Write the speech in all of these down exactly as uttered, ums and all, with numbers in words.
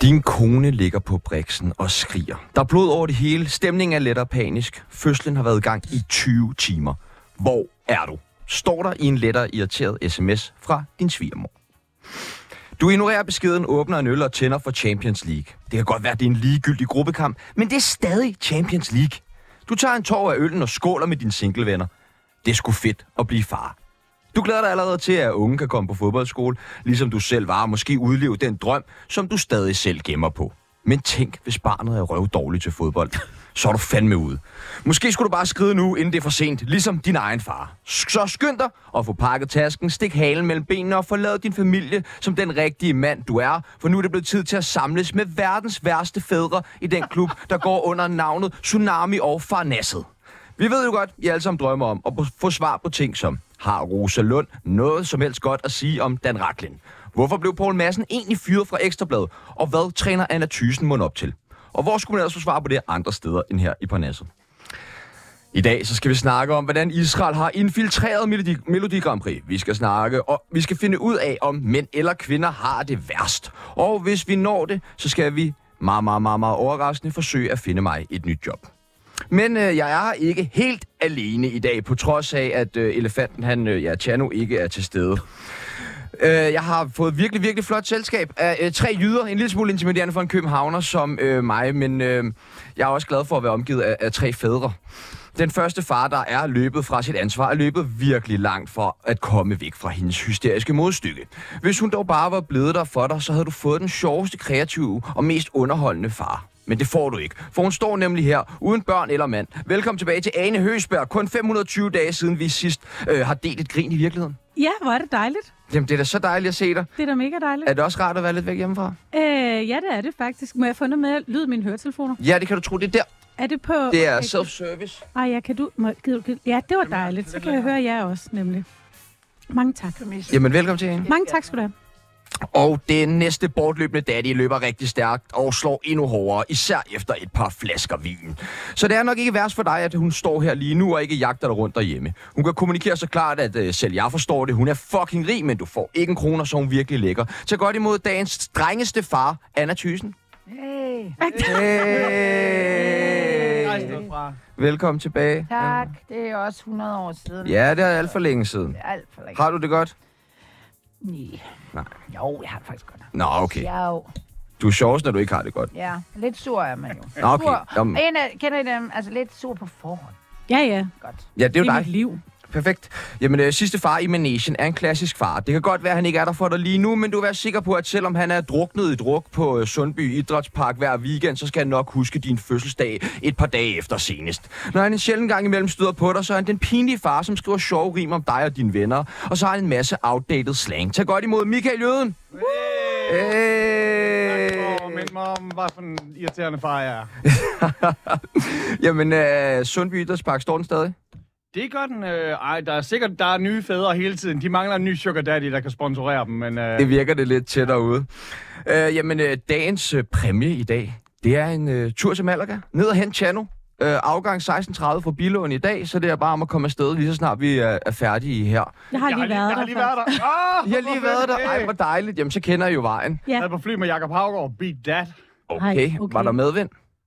Din kone ligger på briksen og skriger. Der er blod over det hele. Stemningen er lettere panisk. Fødslen har været i gang i tyve timer. Hvor er du? Står der i en lettere irriteret sms fra din svigermor. Du ignorerer beskeden, åbner en øl og tænder for Champions League. Det kan godt være, at det er en ligegyldig gruppekamp, men det er stadig Champions League. Du tager en tår af øllen og skåler med dine singlevenner. Det er sgu fedt at blive far. Du glæder dig allerede til, at unge kan komme på fodboldskole, ligesom du selv var, og måske udleve den drøm, som du stadig selv gemmer på. Men tænk, hvis barnet er røv dårligt til fodbold. Så er du fandme ude. Måske skulle du bare skride nu, inden det er for sent, ligesom din egen far. Så skynd dig og få pakket tasken, stik halen mellem benene og forlad din familie som den rigtige mand, du er. For nu er det blevet tid til at samles med verdens værste fædre i den klub, der går under navnet Tsunami og Farnasset. Vi ved jo godt, I alle sammen drømmer om at få svar på ting som: har Rosa Lund noget som helst godt at sige om Dan Rachlin? Hvorfor blev Poul Madsen egentlig fyret fra Ekstra Bladet? Og hvad træner Anna Thyssen mund op til? Og hvor skulle man ellers få svar på det andre steder end her i Parnasset? I dag så skal vi snakke om, hvordan Israel har infiltreret Melodi, Melodi Grand Prix. Vi skal snakke, og vi skal finde ud af, om mænd eller kvinder har det værst. Og hvis vi når det, så skal vi meget, meget, meget, meget overraskende forsøge at finde mig et nyt job. Men øh, jeg er ikke helt alene i dag, på trods af, at øh, elefanten, han, øh, ja, Tjano, ikke er til stede. Øh, jeg har fået virkelig, virkelig flot selskab af øh, tre jyder. En lille smule intimiderende for en københavner som øh, mig, men øh, jeg er også glad for at være omgivet af, af tre fædre. Den første far, der er løbet fra sit ansvar, er løbet virkelig langt for at komme væk fra hendes hysteriske modstykke. Hvis hun dog bare var blevet der for dig, så havde du fået den sjoveste, kreative og mest underholdende far. Men det får du ikke, for hun står nemlig her, uden børn eller mand. Velkommen tilbage til Ane Høgsberg. Kun fem hundrede og tyve dage siden vi sidst øh, har delt et grin i virkeligheden. Ja, hvor er det dejligt. Jamen, det er da så dejligt at se dig. Det er da mega dejligt. Er det også rart at være lidt væk hjemmefra? Øh, ja, det er det faktisk. Må jeg få noget med at lyde mine høretelefoner? Ja, det kan du tro, det er der. Er det på... Det er self-service. Ej, ja, kan du... Må, kan du kan, ja, det var dejligt. Så kan jeg høre jer også, nemlig. Mange tak. Jamen, velkommen til hende. Mange tak skal du have. Og den næste bortløbende daddy løber rigtig stærkt og slår endnu hårdere, især efter et par flasker vin. Så det er nok ikke værst for dig, at hun står her lige nu og ikke jagter dig rundt derhjemme. Hun kan kommunikere så klart, at uh, selv jeg forstår det. Hun er fucking rig, men du får ikke en kroner, så hun virkelig lækker. Tag godt imod dagens strengeste far, Anna Thyssen. Hey. Hey. Velkommen tilbage. Tak. Det er også hundrede år siden. Ja, det er alt for længe siden. Det er alt for længe. Har du det godt? Nej. Nej. Jo, jeg har det faktisk godt. Nå, okay. Jo. Du er sjovest, når du ikke har det godt. Ja, lidt sur er man jo. Nå, okay. Sur. Jamen. En af, kender I dem? Altså lidt sur på forhånd. Ja, ja. Godt. Ja, det er jo Det er dig. mit liv. Perfekt. Jamen, øh, sidste far i Managen er en klassisk far. Det kan godt være, at han ikke er der for dig lige nu, men du er være sikker på, at selvom han er druknet i druk på øh, Sundby Idrætspark hver weekend, så skal han nok huske din fødselsdag et par dage efter senest. Når han en sjældent gang imellem støder på dig, så er han den pinlige far, som skriver sjove rim om dig og dine venner, og så har han en masse outdated slang. Tag godt imod Michael Jøden. Hey. Hey. Åh, men mom, hvad for en irriterende far jeg er. Jamen, øh, Sundby Idrætspark, står den stadig? Det gør den. Øh, ej, der er sikkert der er nye fædre hele tiden. De mangler en ny sugar daddy, der kan sponsorere dem, men... Øh... Det virker det lidt tæt derude. Øh, jamen, øh, dagens øh, præmie i dag, det er en øh, tur til Malaga. Ned og hente Tjano. Øh, afgang seksten tredive fra Billund i dag, så det er bare om at komme afsted, lige så snart vi er, er færdige her. Jeg har lige jeg været jeg har der. lige været der. Oh, I har lige været der. Ej, hvor dejligt. Jamen, så kender I jo vejen. Ja. Jeg er på fly med Jakob Haugaard. Beat that. Okay. Ej, okay. Var der medvind?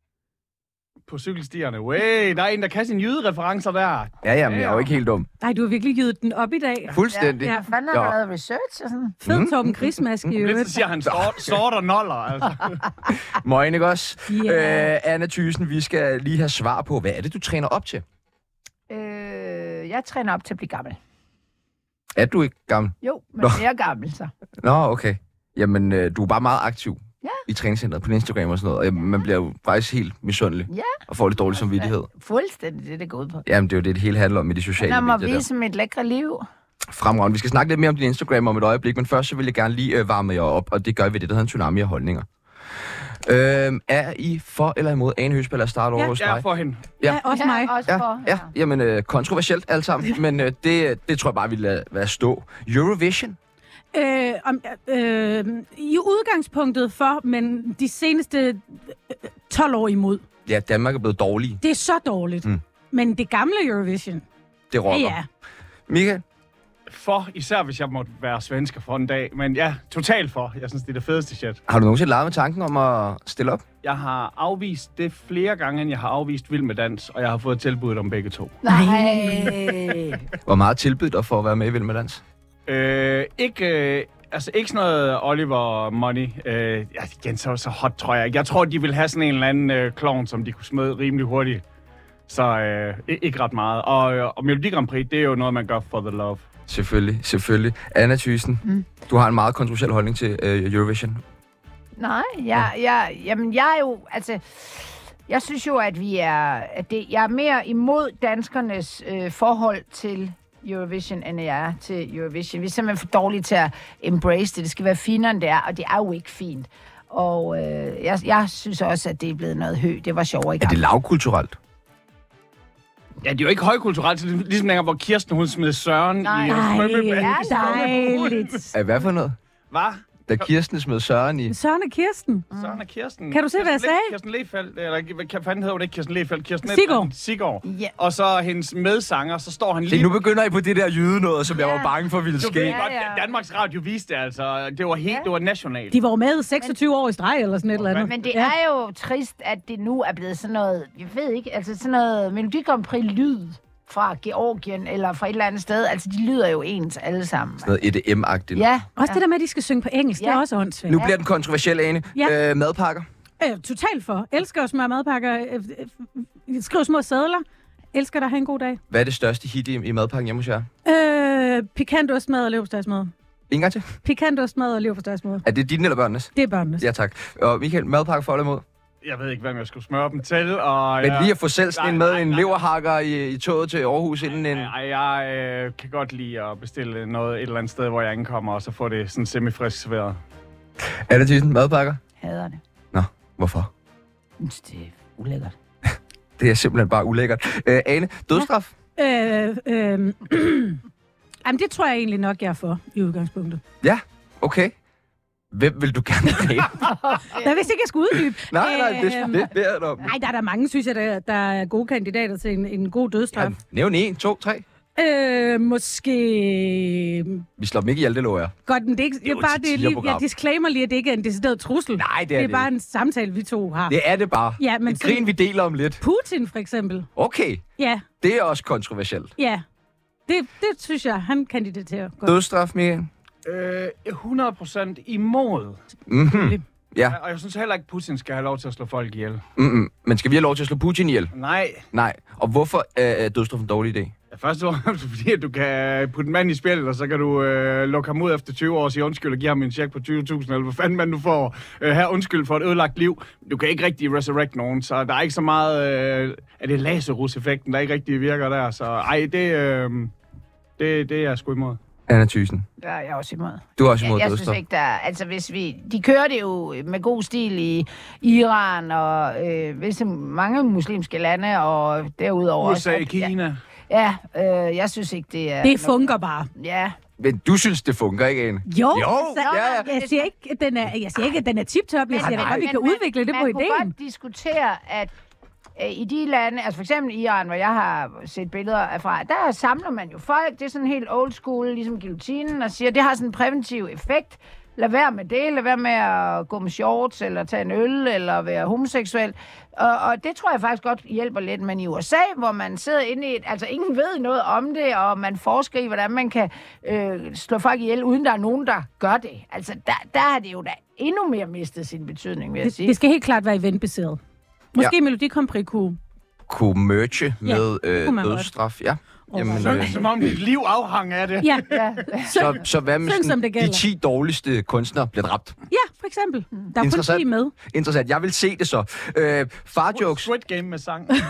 På cykelstierne. Way, der er en, der kan sine jydereferencer der. Ja, jamen, jeg er jo ikke helt dum. Nej, du har virkelig givet den op i dag. Fuldstændig. Ja. Hvad fanden har Ja. du lavet research og sådan? Fed Mm. Torben Chris-maske i Lidt øvrigt. så siger han sort, sort og noller, altså. Morgen, ikke også? Ja. Øh, Anna Thyssen, vi skal lige have svar på, hvad er det, du træner op til? Øh, jeg træner op til at blive gammel. Er du ikke gammel? Jo, men Nå. mere gammel så. Nå, okay. Jamen, øh, du er bare meget aktiv Ja. i træningscenteret på Instagram og sådan noget. Og man bliver jo faktisk helt misundelig Ja. og får lidt dårlig samvittighed. Fuldstændig det, det går ud på. Jamen, det er jo det, det hele handler om med de sociale Lad mig medier der. vise mit lækre liv. Fremragende. Vi skal snakke lidt mere om din Instagram om et øjeblik, men først så vil jeg gerne lige øh, varme jer op, og det gør vi ved det, der hedder en tsunami af holdninger. Øh, er I for eller imod Ane Høgsberg? Lad os starte over hos Jeg er dig. for hende. Ja, også mig. Ja, også Ja, for. ja, jamen øh, kontroversielt alt sammen, men øh, det, det tror jeg bare, vi lader være stå. Eurovision? Øh, om, øh, I udgangspunktet for, men de seneste øh, tolv år imod. Ja, Danmark er blevet dårlige. Det er så dårligt. Mm. Men det gamle Eurovision, Det rocker. ja, ja. Michael? For, især hvis jeg måtte være svensker for en dag. Men ja, totalt for. Jeg synes, det er det fedeste shit. Har du nogensinde leget med tanken om at stille op? Jeg har afvist det flere gange, end jeg har afvist Vild med Dans, og jeg har fået tilbuddet om begge to. Nej. Hvor meget tilbyder dig for at være med i Vild med Dans? Øh, ikke, øh, altså ikke sådan noget Oliver Money. Øh, ja, igen, så, så hot tror jeg ikke. Jeg tror, de vil have sådan en eller anden øh, klovn, som de kunne smide rimelig hurtigt. Så øh, ikke ret meget. Og, øh, og Melodi Grand Prix, det er jo noget, man gør for the love. Selvfølgelig, selvfølgelig. Anna Thyssen, mm. du har en meget kontroversiel holdning til øh, Eurovision. Nej, jeg, jeg, jamen, jeg er jo, altså, jeg synes jo, at vi er, at det, jeg er mere imod danskernes øh, forhold til Eurovision, end jeg er til Eurovision. Vi er simpelthen for dårlige til at embrace det. Det skal være finere, end det er, og det er jo ikke fint. Og øh, jeg, jeg synes også, at det er blevet noget højt. Det var sjovere i gang. Er det lavkulturelt? Ja, det er jo ikke højkulturelt, ligesom dengang, hvor Kirsten, hun smed Søren Nej. i... Nej, Ja, dejligt. Er hvad for noget? Hvad? Da Kirsten smed Søren i... Søren og Kirsten. Søren og Kirsten. Kan du se, hvad jeg Kirsten sagde? Le- Kirsten Lefeldt, eller hvad fanden hedder hun ikke? Kirsten Lefeldt. Kirsten Siggaard. Siggaard. Ja. Og så hendes medsanger, så står han Se, lige... nu begynder I på det der jyde noget, som jeg var Ja. bange for ville Du ske. ved Ja, godt, ja. Danmarks Radio viste det altså. Det var helt, Ja. det var nationalt. De var jo med seksogtyve år i streg, eller sådan et eller andet. Men det er jo trist, at det nu er blevet sådan noget, jeg ved ikke, altså sådan noget Melodi Grand Prix lyd fra Georgien eller fra et eller andet sted. Altså, de lyder jo ens alle sammen. Noget E D M-agtigt. Ja. Også det der med, at de skal synge på engelsk, ja. Det er Ja. også åndssvagt. Nu bliver den kontroversielle, Ane. Ja. Øh, madpakker. Øh, totalt for. Elsker at smøre madpakker. Øh, øh, skriv små sædler. Elsker dig. Ha' en god dag. Hvad er det største hit i, i madpakken hjemme hos jer? Øh, pikantostmad og leverpostejsmad. En gang til. Pikantostmad og leverpostejsmad. Er det dine eller børnenes? Det er børnenes. Ja, tak. Og Michael, madpakke for eller imod? Jeg ved ikke, hvem jeg skulle smøre dem til, og... Men jeg- lige at få selv sådan en Nej, med nej, en nej. leverhakker i, i toget til Aarhus inden en... Ej, jeg øh, kan godt lide at bestille noget et eller andet sted, hvor jeg ankommer, og så få det sådan semi-frisk serveret. Anna Thyssen, madpakker? Hader det. Nå, hvorfor? Jeg synes, det er ulækkert. Det er simpelthen bare ulækkert. Øh, Ane, dødsstraf? Øh, øh, jamen, det tror jeg egentlig nok, jeg er for i udgangspunktet. Ja, okay. Hvem vil du gerne have? Jeg vidste ikke, jeg skulle uddybe. nej, nej, det, Øhm, det beder jeg dig om. Nej, der er der mange, synes jeg, der, der er gode kandidater til en, en god dødsstraf. Ja, nævn en, to, tre. Øh, måske... Vi slår dem ikke ihjel, det lover jeg. Godt, men det er ikke... Det er jo Jeg, bare, et det er lige, satireprogram. jeg disclaimer lige, at det ikke er en decideret trussel. Nej, det er det er det bare ikke. en samtale, vi to har. Det er det bare. Ja, men en sådan- grin, vi deler om lidt. Putin, for eksempel. Okay, Ja, det er også kontroversielt. ja. Det, det synes jeg, han kandidaterer godt. Dødsstraf, Michael? Øh, hundrede procent imod. Mhm. Ja, Og jeg synes heller ikke, Putin skal have lov til at slå folk ihjel. mm-mm. Men skal vi have lov til at slå Putin ihjel? Nej. Nej. Og hvorfor er dødsstraf en dårlig idé? Ja, først og fremmest fordi, at du kan putte en mand i spjældet, og så kan du øh, lukke ham ud efter tyve år og sige undskyld og give ham en check på tyve tusind, eller hvad fanden man nu får. Øh, her undskyld for et ødelagt liv. Du kan ikke rigtig resurrect nogen, så der er ikke så meget... Øh, er det Lazarus-effekten, der ikke rigtig virker der? Så ej, det, øh, det, det er jeg sgu imod. Anna Thyssen, Ja, jeg er også imod. du er også imod Jeg, jeg synes dødsstraf. ikke, der er... Altså, hvis vi... De kører det jo med god stil i Iran og øh, visse mange muslimske lande, og derudover... U S A, også, at- Kina. Ja, ja øh, jeg synes ikke, det er... Det funker bare. Ja. Men du synes, det fungerer, ikke, Ane? Jo, Jo, altså, ja, ja. Jeg, siger ikke, at den er, jeg siger ikke, at den er tip-top. Jeg siger da godt, vi kan man, udvikle det man på kunne ideen. godt diskutere, at øh, i de lande, altså for eksempel Iran, hvor jeg har set billeder af fra, der samler man jo folk, det er sådan helt old school, ligesom guillotinen, og siger, det har sådan en præventiv effekt. Lad være med det, lad være med at gå med shorts, eller tage en øl, eller være homoseksuel. Og, og det tror jeg faktisk godt hjælper lidt. Men i U S A, hvor man sidder inde i et... Altså, ingen ved noget om det, og man forsker i, hvordan man kan øh, slå folk ihjel, uden der er nogen, der gør det. Altså, der, der har det jo da endnu mere mistet sin betydning, vil jeg Det, sige. det skal helt klart være eventbaseret. Måske ja. Melodi Grand Prix kunne... Kunne merge med det øh, kunne man godt. dødsstraf, ja. Jamen, Så, øh, som om dit liv afhang af det. Ja, Ja. så, så hvad med Sådan som sådan, det de gælder. ti dårligste kunstnere bliver dræbt? ja, for eksempel. Der er kun Interessant. ti med. Interessant. Jeg vil se det så. Øh, farjokes. Squid Game med sang. Øh,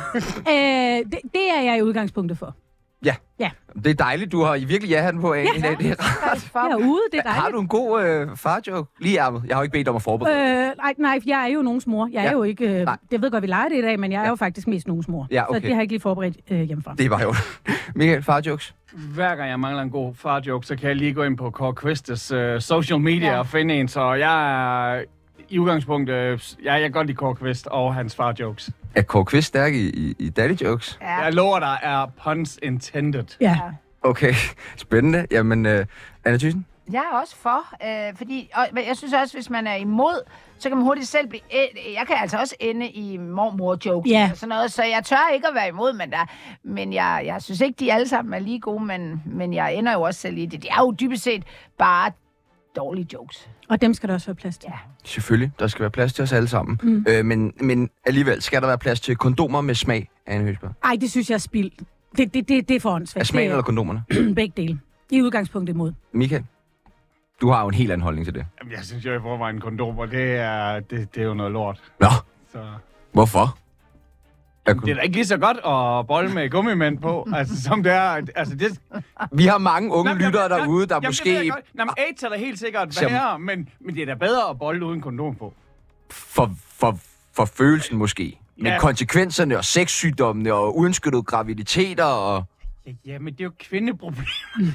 det, det er jeg i udgangspunktet for. Ja. Ja. Det er dejligt, du har i virkelig ja-hatten på, Ane. Ja. Det er rart. Jeg er ude, det er Har dejligt. du en god øh, farjoke? Lige ærmet. Jeg har jo ikke bedt dig om at forberede. Øh, nej, nej, jeg er jo nogens mor. Jeg er Ja. jo ikke... Øh, Nej. jeg ved godt, vi leger det i dag, men jeg er jo faktisk mest nogens mor. Ja, okay. Så det har jeg ikke lige forberedt øh, hjemmefra. Det var jo... Michael, farjokes? Hver gang jeg mangler en god farjoke, så kan jeg lige gå ind på Kåre Kvistes uh, social media Ja. og finde en. Så jeg er i udgangspunktet... Uh, jeg, jeg kan godt lide Kåre Kvist og hans farjokes. Er Kåre Kvist stærk i, i, i daddy jokes? Ja. Jeg lover dig, er puns intended. Ja. Okay, spændende. Jamen, uh, Anna Thyssen? Jeg er også for, øh, fordi og, jeg synes også, hvis man er imod, så kan man hurtigt selv blive... Øh, jeg kan altså også ende i mormor-jokes Ja. og sådan noget, så jeg tør ikke at være imod, men, der, men jeg, jeg synes ikke, de alle sammen er lige gode, men, men jeg ender jo også selv i det. Det er jo dybest set bare dårlige jokes. Og dem skal der også være plads til. Ja. Selvfølgelig, der skal være plads til os alle sammen. Mm. Øh, men, men alligevel, skal der være plads til kondomer med smag, Anne Høgsberg? Ej, det synes jeg er spildt. Det, det, det, det er for åndssvagt. Er smagen Det eller kondomerne? begge dele. I udgangspunktet imod. Michael? Du har jo en helt anden holdning til det. Jamen, jeg synes jo i forvejen, kondomer, det er, det, det er jo noget lort. Nå, Så... hvorfor? Jeg Det kunne... er da ikke lige så godt at bolle med gummimænd på, altså som det er. Altså, det... Vi har mange unge Nå, lyttere jamen, derude, der jamen, måske... Det ved jeg godt. Nå, men AIDS er da helt sikkert Som- værre, men, men det er da bedre at bolle uden kondom på. For, for, for følelsen måske. Men Ja. konsekvenserne og sexsygdommene og uønskede graviditeter og... Ja, ja, men det er jo kvindeproblem.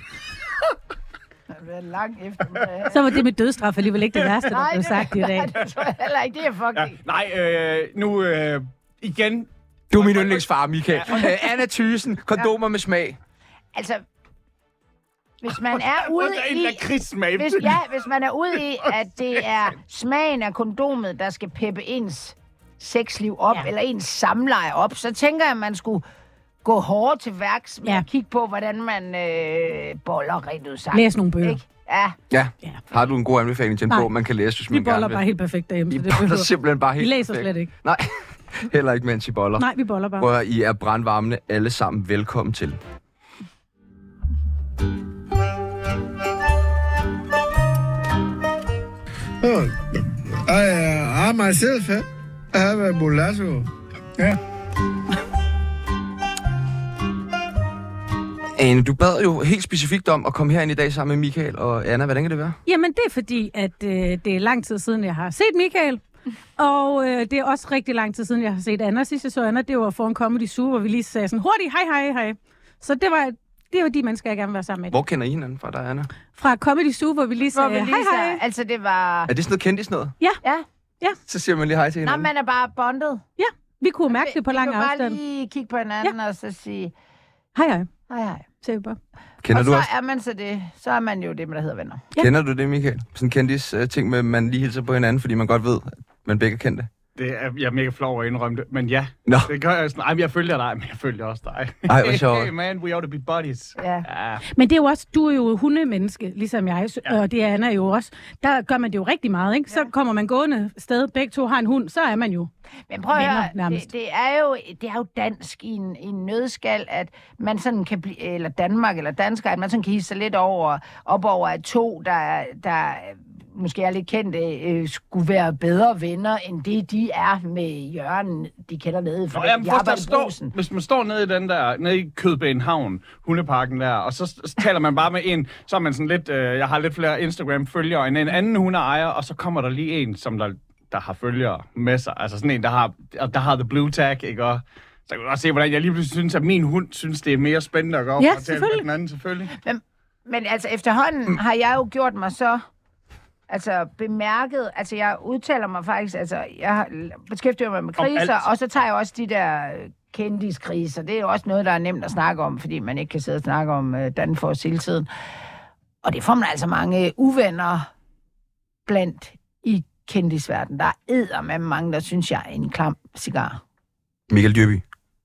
Det er lang eftermiddag. Så var det med dødsstraf alligevel ikke det værste, der Nej, blev det, sagt i dag. nej, det tror jeg heller ikke. Det er fucking... Ja, nej, øh, nu øh, igen. Du er min yndlingsfar, Michael. Øh, Anna Thyssen, kondomer med smag. Altså, hvis man er ude Der er en i... lakridssmag. Hvis, ja, hvis man er ude i, at det er smagen af kondomet, der skal peppe ens sexliv op, ja. eller ens samleje op, så tænker jeg, at man skulle gå hårdt til værks med Ja. at kigge på, hvordan man øh, boller rent ud sagt. Læs nogle bøger. Ikke? Ja. Ja. Ja. Har du en god anbefaling til en Nej. bog, man kan læse, hvis Vi man boller gerne vil? bare helt perfekt derhjemme. I så det boller behøver- simpelthen bare Vi helt læser perfekt. slet ikke. Nej, heller ikke mens I boller. Nej, vi boller bare. Hvor I er brandvarmende alle sammen. Velkommen til. Oh, I, uh, I myself, eh, I have a mulatto. Yeah. Ane, du bad jo helt specifikt om at komme herind i dag sammen med Michael og Anna. Hvordan kan det være? Jamen, det er fordi, at øh, det er lang tid siden, jeg har set Michael. Og øh, det er også rigtig lang tid siden, jeg har set Anna. Sidst jeg så Anna, det var for en Comedy Zoo, hvor vi lige sagde sådan hurtigt, hej, hej, hej. Så det var, det var de mennesker, jeg gerne vil være sammen med. Hvor kender I hinanden fra, der Anna? Fra Comedy Zoo, hvor vi lige Hvor sagde, vi hej, lige hej. så, altså det var... Er det sådan noget kendis noget? Ja. Så siger man lige hej til Nå, hinanden. man er bare bondet. Vi kunne mærke det på Vi lang kan bare afstand. lige kigge på hinanden og så sige, Hej, hej. hej, hej. Ser vi bare. Kender og du så også? er man så det, så er man jo det, der hedder venner. Ja. Kender du det, Michael? Sådan en kendis uh, ting med, at man lige hilser på hinanden, fordi man godt ved, at man begge er kendte. Det er, jeg er mega flov over at indrømme det, men ja. Nå. Det gør jeg sådan, ej, men jeg følger dig, men jeg følger også dig. Ej, hvor sjovt. Hey man, we ought to be buddies. Ja. Ja. Men det er jo også, du er jo hundemenneske, ligesom jeg, ja. Og det er Anna jo også. Der gør man det jo rigtig meget, ikke? Så kommer man gående sted, begge to har en hund, så er man jo. Men prøv at Venner, høre, nærmest. det, det, er jo, det er jo dansk i en, i en nødskal, at man sådan kan blive, eller Danmark eller dansker, at man sådan kan hisse sig lidt over, op over, at to, der, der måske er lidt kendte, øh, skulle være bedre venner, end det de er med Jørgen, de kender nede, for Nå, de jamen, arbejder der i står, Brugsen. hvis man står nede i den der, nede i Kødbanehavn, hundeparken der, og så, så taler man bare med en, så er man sådan lidt, øh, jeg har lidt flere Instagram-følgere end en anden hundeejer, og så kommer der lige en, som der, der har følgere med sig. Altså sådan en, der har, der har the blue tag, ikke? Og så kan du også se, hvordan jeg lige pludselig synes, at min hund synes, det er mere spændende at gå op Ja, og tale med selvfølgelig. den anden, selvfølgelig. Men altså efterhånden har jeg jo gjort mig så altså bemærket, altså jeg udtaler mig faktisk, altså jeg har beskæftiget mig med Om kriser, alt. og så tager jeg også de der øh, kendiskriser. Det er jo også noget, der er nemt at snakke om, fordi man ikke kan sidde og snakke om øh, Danfoss hele tiden. Og det får man altså mange uvenner blandt i kendisverdenen. Der er eddermame mange, der synes, jeg er en klam cigar. Michael Dyrby.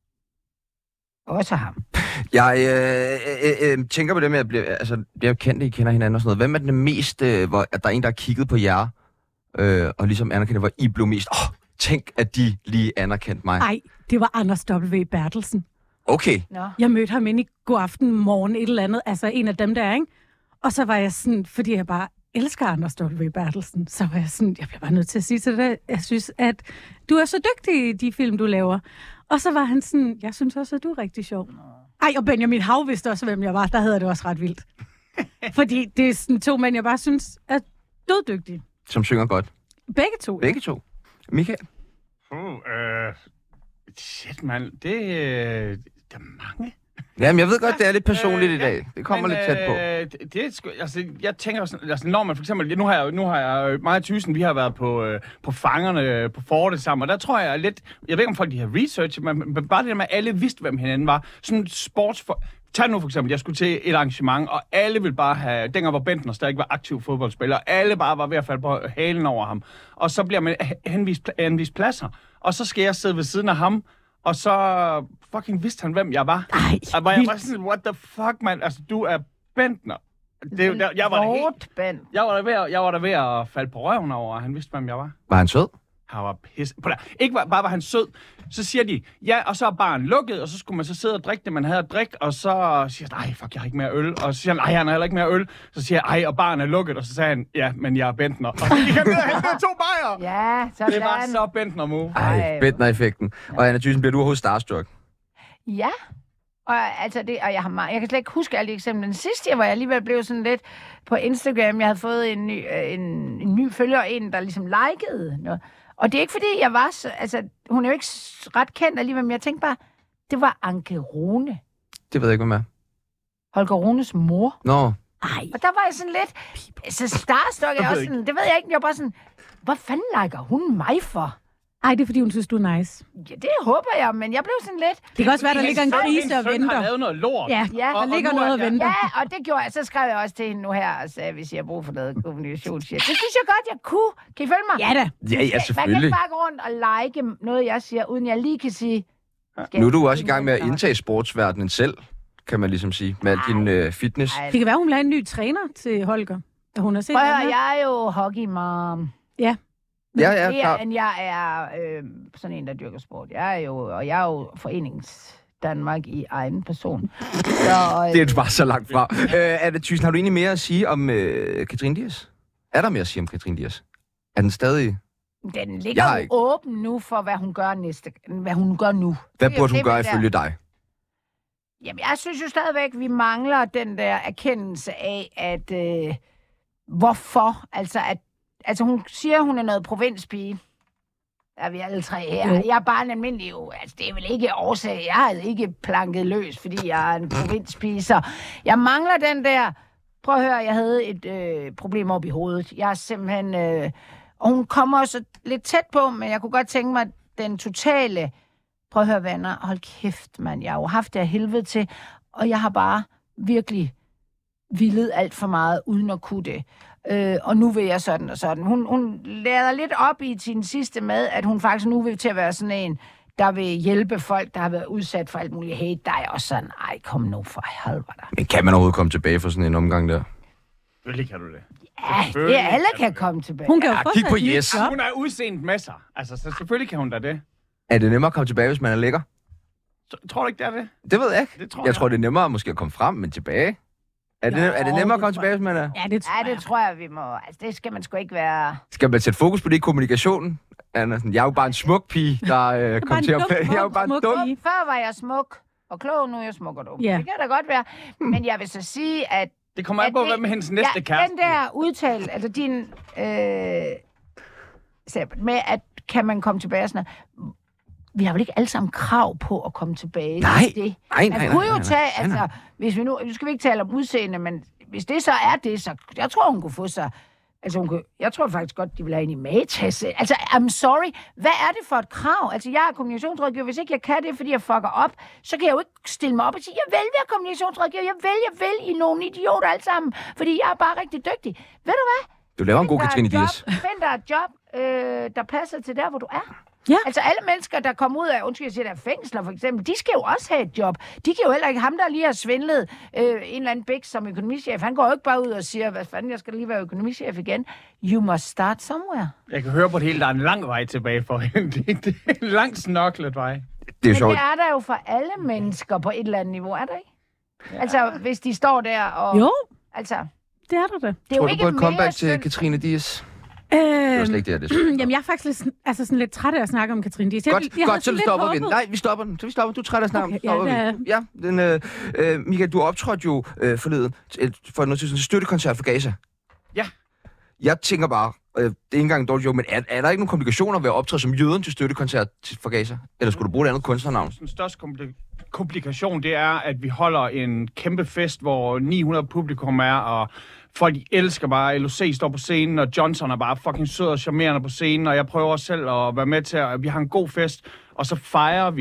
Også ham. Jeg øh, øh, øh, tænker på det med, at blive, altså, det er jo kendt, at I kender hinanden og sådan noget. Hvem er den mest, øh, hvor at der er en, der har kigget på jer, øh, og ligesom anerkendte, hvor I blev mest, åh, oh, tænk, at de lige anerkendte mig. Nej, det var Anders W. Bertelsen. Okay. Nå. Jeg mødte ham inde i god aften morgen, et eller andet, altså en af dem der, ikke? Og så var jeg sådan, fordi jeg bare elsker Anders W. Bertelsen, så var jeg sådan, jeg bliver bare nødt til at sige til dig, jeg synes, at du er så dygtig i de film, du laver. Og så var han sådan, jeg synes også, at du er rigtig sjov. Ej, og Benjamin Hav vidste også, hvem jeg var. Der havde det også ret vildt. Fordi det er sådan to mænd, jeg bare synes er døddygtige. Som synger godt. Begge to. Begge to. Michael? Uh, øh, shit, mand. Det, øh, der er mange. Jamen, jeg ved godt, det er lidt personligt Øh, i dag. Det kommer men, lidt tæt på. Øh, det, det er sgu, altså, jeg tænker jo sådan, altså, når man for eksempel, nu har jeg, nu har jeg mig og Thyssen, vi har været på, øh, på fangerne, på fortet sammen, og der tror jeg lidt, jeg ved ikke om folk de har researchet, men, men bare det der med, at alle vidste, hvem hinanden var. Sådan sports, tag nu for eksempel, jeg skulle til et arrangement, og alle ville bare have, dengang var Bentner stadig var aktiv fodboldspiller, alle bare var ved at falde på halen over ham. Og så bliver man henvist, henvist pladser, og så skal jeg sidde ved siden af ham, og så fucking vidste han, hvem jeg var. Ej, og hvor jeg var sådan, what the fuck, man, altså du er Bentner. Det, der, jeg, var der helt, jeg, var der ved at, jeg var der ved at falde på røven over, og han vidste, hvem jeg var. Var han sød? Han var pisse. Ikke bare var han sød. Så siger de, ja, og så er baren lukket, og så skulle man så sidde og drikke det, man havde at drikke, og så siger han, nej, fuck, jeg har ikke mere øl. Og så siger han, nej, han har heller ikke mere øl. Så siger jeg, ej, og baren er lukket, og så sagde han, ja, men jeg er Bentner. Og så gik han ned og hentede to bajer. Ja, sådan. Det var så Bentner-move. Ej, Bentner-effekten. Og Anna Thyssen, bliver du hos Starstruck? Ja. Og, altså det, og jeg, har meget, jeg kan slet ikke huske alle de eksempler. Den sidste, hvor jeg alligevel blev sådan lidt på Instagram, jeg havde fået en ny, en, en ny følger, en, der ligesom likede noget. Og det er ikke fordi, jeg var så... Altså, hun er jo ikke ret kendt alligevel, men jeg tænkte bare, det var Anke Rune. Det ved jeg ikke, hvad med. Holger Runes mor. Nå. Ej. Og der var jeg sådan lidt... Så Starstruck er også sådan... Det ved jeg ikke, jeg var bare sådan... Hvad fanden liker hun mig for? Ej, det er fordi, hun synes, du er nice. Ja, det håber jeg, men jeg blev sådan lidt... Det kan også være, der ligger en krise og venter. venter. Har lavet noget lort. Ja, ja der ligger noget og venter. Ja, og det gjorde jeg. Så skrev jeg også til hende nu her og sagde, hvis jeg har brug for noget kommunikationsshit. Det synes jeg godt, jeg kunne. Kan I følge mig? Ja da. Ja, ja, selvfølgelig. Man kan ikke bare gå rundt og like noget, jeg siger, uden jeg lige kan sige... Nu er du også i gang med at indtage sportsverdenen selv, kan man ligesom sige, med al din øh, fitness. Ej. Det kan være, hun vil have en ny træner til Holger, da hun har set Prøv at den høre, her. jeg er jo hockeymom. Ja. Ja, ja, Mere klart. end jeg er øh, sådan en, der dyrker sport. Jeg er jo, og jeg er jo forenings Danmark i egen person. Så, øh, Det er bare så langt fra. Øh, Anna Thyssen, har du egentlig mere at sige om øh, Katrine Dias? Er der mere at sige om Katrine Dias? Er den stadig... Den ligger jo ikke... åben nu for, hvad hun gør næste, hvad hun gør nu. Hvad Det er burde hun det, gøre der- ifølge dig? Jamen, jeg synes jo stadigvæk, vi mangler den der erkendelse af, at øh, hvorfor, altså at, altså hun siger, hun er noget provinspige. Der er vi alle tre her. Jo. Jeg er bare en almindelig jo, altså det er vel ikke årsag, jeg havde ikke planket løs, fordi jeg er en provinspige, så jeg mangler den der, prøv at høre, jeg havde et øh, problem op i hovedet. Jeg er simpelthen, øh, og hun kommer også lidt tæt på, men jeg kunne godt tænke mig, den totale, prøv at høre venner, hold kæft mand, jeg har jo haft det af helvede til, og jeg har bare virkelig villet alt for meget, uden at kunne det. Øh, og nu vil jeg sådan og sådan. Hun, hun lader lidt op i sin sidste med, at hun faktisk nu vil til at være sådan en, der vil hjælpe folk, der har været udsat for alt muligt hate. Der er også sådan, ej, kom nu for helvede. Men kan man overhovedet komme tilbage fra sådan en omgang der? Selvfølgelig kan du det. Ja, det er alle kan komme tilbage. Hun kan jo Ja, få kig sig på et nyt Yes. job. Hun er udseende med sig. Altså, så selvfølgelig kan hun da det. Er det nemmere at komme tilbage, hvis man er lækker? Så, tror du ikke, det er det? Det ved jeg ikke. Det tror Jeg jeg. tror, det er nemmere måske at komme frem, men tilbage. Er det, Ja, er det nemmere at komme det tror tilbage, hvis man er... Ja, det tror Ja, jeg. det tror jeg, vi må... Altså, det skal man sgu ikke være... Skal man sætte fokus på det i kommunikationen? Andersen, jeg er jo bare en smuk pige, der øh, bare kom en til at... dum, Jeg er jo smuk, bare en smuk dum. pige. Før var jeg smuk og klog, nu er jeg smuk og dum. Ja. Det kan da godt være. Men jeg vil så sige, at Det kommer an på, hvem hendes næste ja, kæreste. den der udtale, altså din... Øh, med, at kan man komme tilbage og sådan noget. Vi har vel ikke alle sammen krav på at komme tilbage Nej. til det. Nej, nej, Man nej, kunne jo nej, nej. tage, Nej, nej. altså, hvis vi nu, nu skal vi ikke tale om udseende, men hvis det så er det, så jeg tror, hun kunne få sig, altså hun kunne, jeg tror faktisk godt, de vil have en i Matas. Altså, I'm sorry, hvad er det for et krav? Altså, jeg er kommunikationsrådgiver, hvis ikke jeg kan det, fordi jeg fucker op, så kan jeg jo ikke stille mig op og sige, jeg vil være kommunikationsrådgiver, jeg vil, jeg vil, I nogle idioter alle sammen, fordi jeg er bare rigtig dygtig. Ved du hvad? Du laver en god Find dig Katrine et job- Dias. Find dig et job, øh, der passer til der, hvor du er. Ja. Altså alle mennesker, der kommer ud af, undskyld, jeg siger, der er fængsler for eksempel, de skal jo også have et job. De kan jo heller ikke, ham der lige har svindlet øh, en eller anden bæk som økonomichef, han går jo ikke bare ud og siger, hvad fanden, jeg skal lige være økonomichef igen. You must start somewhere. Jeg kan høre på det hele, der er en lang vej tilbage for hende. Det, det er en lang snoklet vej. Det er jo Men sjovt. det er der jo for alle mennesker på et eller andet niveau, er der ikke? Ja. Altså, hvis de står der og... Jo, Altså, det er der da. det er Tror jo du ikke på et mere comeback til synd- Katrine Dias? Det var Øh, slet ikke det, jeg det jamen, jeg er faktisk lidt, sådan- altså, sådan lidt træt af at snakke om Katrine Dias. Jeg, Godt, jeg havde godt, så sådan lidt stopper vi den. håbet- Nej, vi stopper den. Så vi stopper. Du er træt af at snakke om. Okay, Stopper ja, vi. Ja, den, øh, øh, Michael, du optrådte jo øh, forleden til- for noget til sådan en støttekoncert for Gaza. Ja. Jeg tænker bare, øh, det er ikke engang en dårlig joke, men er, er der ikke nogen komplikationer ved at optræde som jøden til støttekoncert til- for Gaza? Eller skulle du bruge et andet kunstnernavn? Den største kompli- komplikation, det er, at vi holder en kæmpe fest, hvor ni hundrede publikum er, og folk de elsker bare, L O C står på scenen, og Johnson er bare fucking sød og charmerende på scenen, og jeg prøver også selv at være med til, at vi har en god fest, og så fejrer vi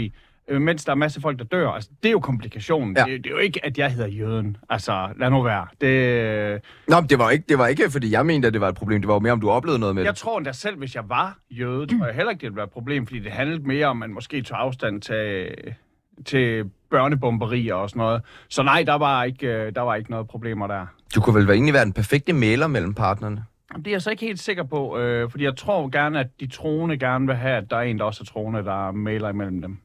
øh, mens der er masser af folk, der dør. Altså, det er jo komplikationen. Ja. Det, det er jo ikke, at jeg hedder jøden. Altså, lad nu være. Det... Nå, men det var, ikke, det var ikke, fordi jeg mente, at det var et problem. Det var jo mere, om du oplevede noget med Jeg det. tror endda selv, hvis jeg var jøde, tror jeg heller ikke, det ville være et problem, fordi det handlede mere om, at man måske tog afstand til, til børnebomberier og sådan noget. Så nej, der var ikke, der var ikke noget problemer der. Du kunne vel egentlig være den perfekte mægler mellem partnerne? Det er jeg så ikke helt sikker på, øh, fordi jeg tror gerne, at de troende gerne vil have, at der er en, der også er troende, der mailer imellem dem.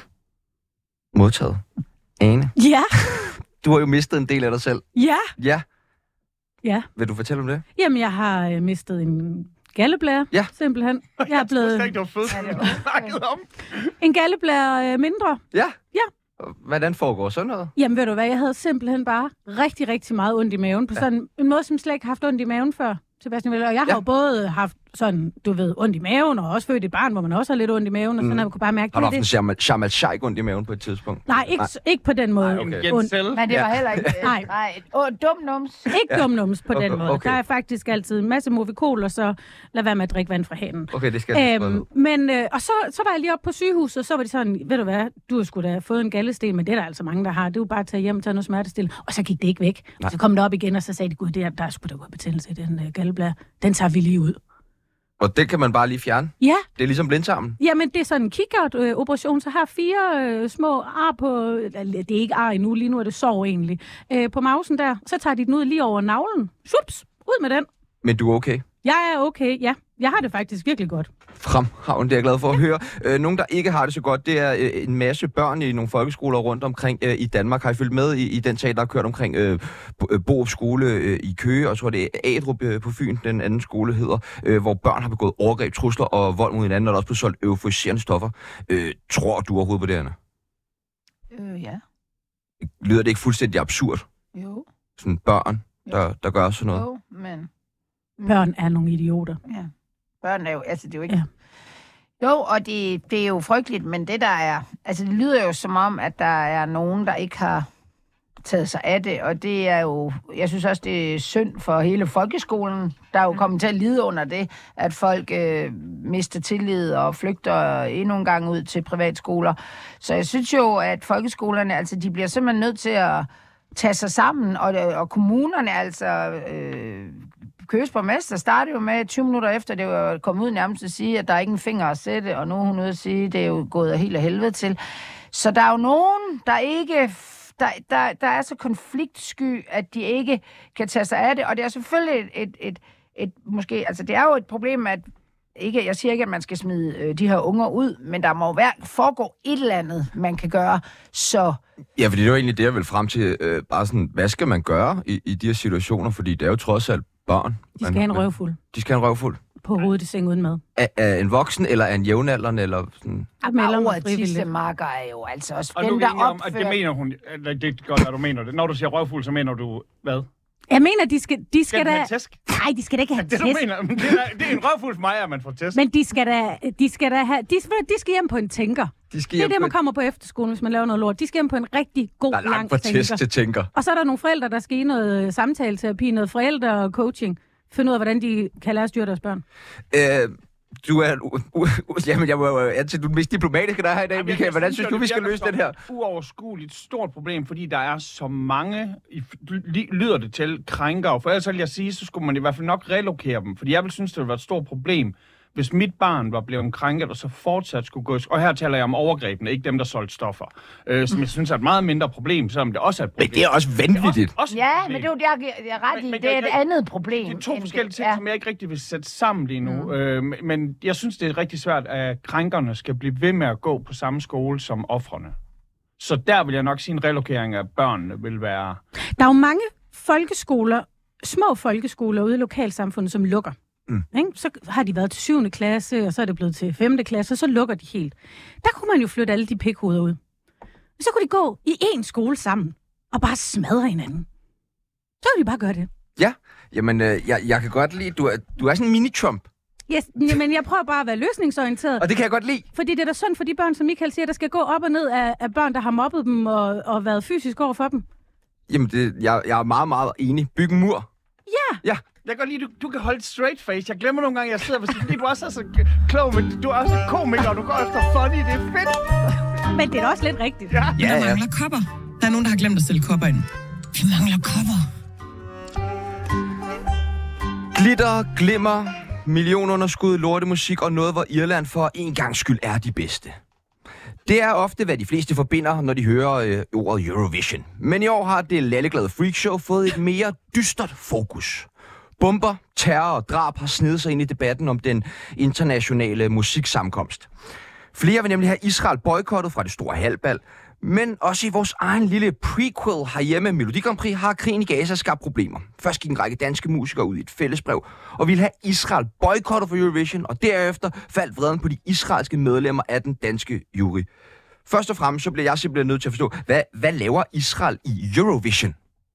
Modtaget. Ane, Ja, du har jo mistet en del af dig selv. ja, Ja. ja. Vil du fortælle om det? Jamen, jeg har øh, mistet en galleblære, Ja. simpelthen. Jeg er Jeg troede blevet slet ikke, det var fedt, Ja, det du snakkede om. en galleblære øh, mindre. Ja. Ja. Hvordan foregår sådan noget? Jamen, ved du hvad, jeg havde simpelthen bare rigtig, rigtig meget ondt i maven. På sådan en måde, som slet ikke har haft ondt i maven før, Sebastian Weller. Og jeg har Ja. jo både haft sådan, du ved, ondt i maven, og også født et barn, hvor man også har lidt ondt i maven, og sådan, Mm. at man kunne bare mærke, Har du det haft er en det. Shamal Sheikh ondt i maven på et tidspunkt? Nej, ikke, ikke på den måde. Nej, okay. Jens Ondt. selv. Men det Ja. var heller ikke... Nej. Nej, et oh, dum nums. Ikke Ja. dumnums på den Okay, måde. okay. Der er faktisk altid en masse Movicol, og så lad være med at drikke vand fra hanen. Okay, det skal jeg Øhm, øhm, men, øh, og så, så var jeg lige oppe på sygehuset, og så var det sådan, ved du hvad, du har sgu da fået en gallesten, men det er der altså mange, der har. Det er jo bare at tage hjem og tage noget smertestillende. Og så gik det ikke væk. Nej. Så kom det op igen, og så sagde de, gud, det er, der er sgu da gået betændelse i den øh, galleblære. Den tager vi lige ud. Og det kan man bare lige fjerne. Ja, Det er ligesom blindtarmen. jamen det er sådan en kikkert-operation, så har fire øh, små ar på, eller, det er ikke ar endnu, lige nu er det sår egentlig, øh, på mausen der. Så tager de den ud lige over navlen. Shups, ud med den. Men du er okay? Jeg er okay, ja. Jeg har det faktisk virkelig godt. Fremhavn, det er jeg glad for at høre. Øh, nogen, der ikke har det så godt, det er øh, en masse børn i nogle folkeskoler rundt omkring øh, i Danmark. Har I følt med i, i den sag, der har kørt omkring øh, Borup skole øh, i Køge, og så er det Adrup øh, på Fyn, den anden skole hedder, øh, hvor børn har begået overgreb, trusler og vold mod hinanden, og der også blevet solgt euforiserende stoffer. Øh, tror du overhovedet på det, Anna? Øh, ja. Lyder det ikke fuldstændig absurd? Jo. Sådan børn, der, der gør sådan noget. Jo, men... Børn er nogle idioter. Ja. Børn er jo... Altså, det er jo ikke... Ja. Jo, og det, det er jo frygteligt, men det der er... Altså, det lyder jo som om, at der er nogen, der ikke har taget sig af det, og det er jo... Jeg synes også, det er synd for hele folkeskolen, der er jo kommet til at lide under det, at folk øh, mister tillid og flygter endnu en gang ud til privatskoler. Så jeg synes jo, at folkeskolerne, altså, de bliver simpelthen nødt til at tage sig sammen, og, og kommunerne, altså... Øh, Køges borgmester startede jo med tyve minutter efter, det var kommet ud nærmest at sige, at der er ikke en finger at sætte, og nu er hun ude at sige, at det er jo gået af helt af helvede til. Så der er jo nogen, der ikke... Der, der, der er så konfliktsky, at de ikke kan tage sig af det, og det er selvfølgelig et, et, et, et måske... Altså, det er jo et problem, at ikke, jeg siger ikke, at man skal smide øh, de her unger ud, men der må jo være, foregå et eller andet, man kan gøre, så... Ja, fordi det er jo egentlig det, jeg vil frem til. Øh, bare sådan, hvad skal man gøre i, i de her situationer? Fordi det er jo trods alt børn. De skal have en røvfuld De skal have en røvfuld. på hovedet i seng uden mad. Af, af en voksen, eller af en jævnaldrende, eller sådan... Jeg melder mig Ordet frivilligt. tissemarker er jo altså også Og du dem, er der enig om, at det opfører... mener hun... Eller det er godt, at du mener det. Når du siger røvfuld, så mener du hvad? Jeg mener, de skal, de Skal skal den da... have tæsk? Nej, de skal da ikke have Det du tæsk. mener, men det er, det er en røvfuld for mig, at man får tæsk. Men de skal da, de skal da have... De, de skal hjem på en tænker. De skal Det er hjem det, på man et- kommer på efterskolen, hvis man laver noget lort. De skal hjem på en rigtig god, Der er lang langt fra tænker. test til tænker. Og så er der nogle forældre, der skal i noget øh, samtaleterapi, noget forældre-coaching. Finde ud af, hvordan de kan lære at styre deres børn. Øh, du er... U- u- u- jamen, jeg må jo antage, du er den mest diplomatiske, der er her i dag, Jamen, jeg- Michael. jeg Hvordan synes jo, du, vi det skal virker løse den her? som et uoverskueligt stort problem, fordi der er så mange, i- ly- lyder det til, krænkere. For ellers vil jeg sige, så skulle man i hvert fald nok relokere dem. Fordi jeg vil synes, det ville være et stort problem, hvis mit barn var blevet krænket, og så fortsat skulle gå... Og her taler jeg om overgrebene, ikke dem, der solgte stoffer. Øh, som jeg synes er et meget mindre problem, selvom det også er et problem. Men det er også vanvittigt. Også et Ja, problem. men det er jo det, jeg, jeg er ret Men- i. men Det er jeg- et jeg- andet problem. Det er to end forskellige ting, ja. som jeg ikke rigtig vil sætte sammen lige nu. Mm. Øh, men- men jeg synes, det er rigtig svært, at krænkerne skal blive ved med at gå på samme skole som ofrene. Så der vil jeg nok sige, en relokering af børnene vil være... Der er jo mange folkeskoler, små folkeskoler ude i lokalsamfundet, som lukker. Mm. Ikke? Så har de været til syvende klasse, og så er det blevet til femte klasse, og så lukker de helt. Der kunne man jo flytte alle de pikhoveder ud. Så kunne de gå i én skole sammen, og bare smadre hinanden. Så kunne de bare gøre det. Ja, jamen, øh, jeg, jeg kan godt lide... Du er, du er sådan en mini-Trump, Yes, men jeg prøver bare at være løsningsorienteret. og det kan jeg godt lide. Fordi det er da synd for de børn, som Michael siger, der skal gå op og ned af, af børn, der har mobbet dem og, og været fysisk over for dem. Jamen, det, jeg, jeg er meget, meget enig. Byg en mur. Ja! Ja. Jeg kan godt lide, du, du kan holde et straight face. Jeg glemmer nogle gange, jeg sidder, fordi du også er så klog, men du er også en komiker, og du går efter funny. Det er fedt. Men det er da også lidt rigtigt. Ja. Men der mangler kopper. Der er nogen, der har glemt at stille kopper ind. Vi mangler kopper. Glitter, glimmer, millionunderskud, lortemusik og noget, hvor Irland for en gang skyld er de bedste. Det er ofte, hvad de fleste forbinder, når de hører øh, ordet Eurovision. Men i år har det lalleglade freakshow fået et mere dystert fokus. Bomber, terror og drab har snedet sig ind i debatten om den internationale musiksammenkomst. Flere vil nemlig have Israel boykottet fra det store halvbal, men også i vores egen lille prequel herhjemme, Melodi Grand Prix, har krigen i Gaza skabt problemer. Først gik en række danske musikere ud i et fællesbrev og ville have Israel boykottet for Eurovision, og derefter faldt vreden på de israelske medlemmer af den danske jury. Først og fremmest så bliver jeg simpelthen nødt til at forstå, hvad, hvad laver Israel i Eurovision?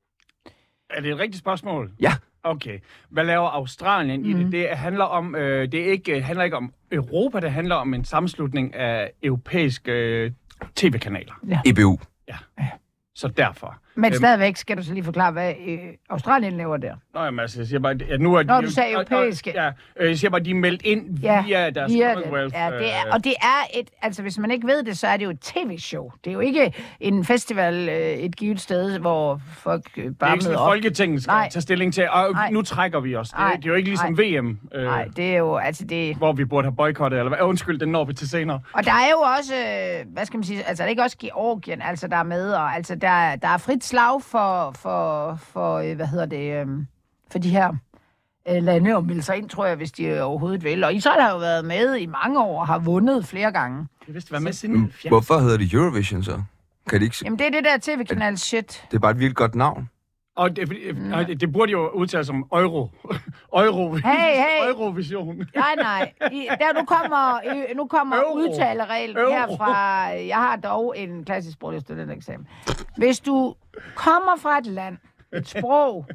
Er det et rigtigt spørgsmål? Ja. Okay. Hvad laver Australien mm. i det? Det handler om, øh, det er ikke, handler ikke om Europa, det handler om en sammenslutning af europæiske øh, tv-kanaler. Ja. E B U. Ja. Så derfor. Men Øhm, stadigvæk skal du så lige forklare, hvad øh, Australien laver der. Nå, jamen, altså, jeg siger bare, at nu er Nå, de... du sagde europæiske. Ja, øh, jeg siger bare, at de er meldt ind Ja, via deres via Commonwealth. det. Ja, det er, øh, og det er et, altså hvis man ikke ved det, så er det jo et tv-show. Det er jo ikke en festival øh, et givet sted, hvor folk øh, det er bare ikke sådan, møder at op. Folketinget skal Nej. tage stilling til, og Nej. nu trækker vi os. Det, Nej. det er jo ikke ligesom Nej. V M, øh, Nej, det er jo, altså det... hvor vi burde have boykottet, eller hvad? Undskyld, den når vi til senere. Og der er jo også, øh, hvad skal man sige, altså er det ikke også Georgien, altså der er med, og altså der, der er frit slag for, for, for øh, hvad hedder det, øh, for de her øh, lande at melde sig ind, tror jeg, hvis de overhovedet vil. Og Israel har jo været med i mange år og har vundet flere gange. Det vidste være med siden. Hvorfor hedder det Eurovision så? Kan det ikke... Jamen det er det der tv-kanal shit. Det er bare et virkelig godt navn. Og det, og det, det burde jo udtales som euro. euro. Hey, hey. Eurovision. Nej, nej. I, der, nu kommer, i, nu kommer Euro. udtalereglen Euro. herfra. Jeg har dog en klassisk sproglig studentereksamen. Hvis du kommer fra et land, et sprog,